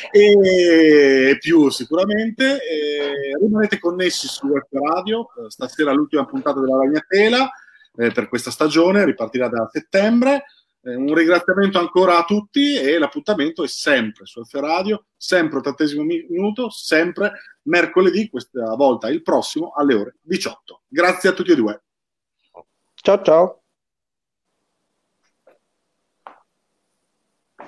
e più sicuramente. E rimanete connessi su Web Radio, stasera l'ultima puntata della Ragnatela eh, per questa stagione, ripartirà da settembre. Eh, un ringraziamento ancora a tutti e l'appuntamento è sempre su F Radio, sempre ottantesimo minuto, sempre mercoledì, questa volta il prossimo alle ore diciotto. Grazie a tutti e due. Ciao ciao.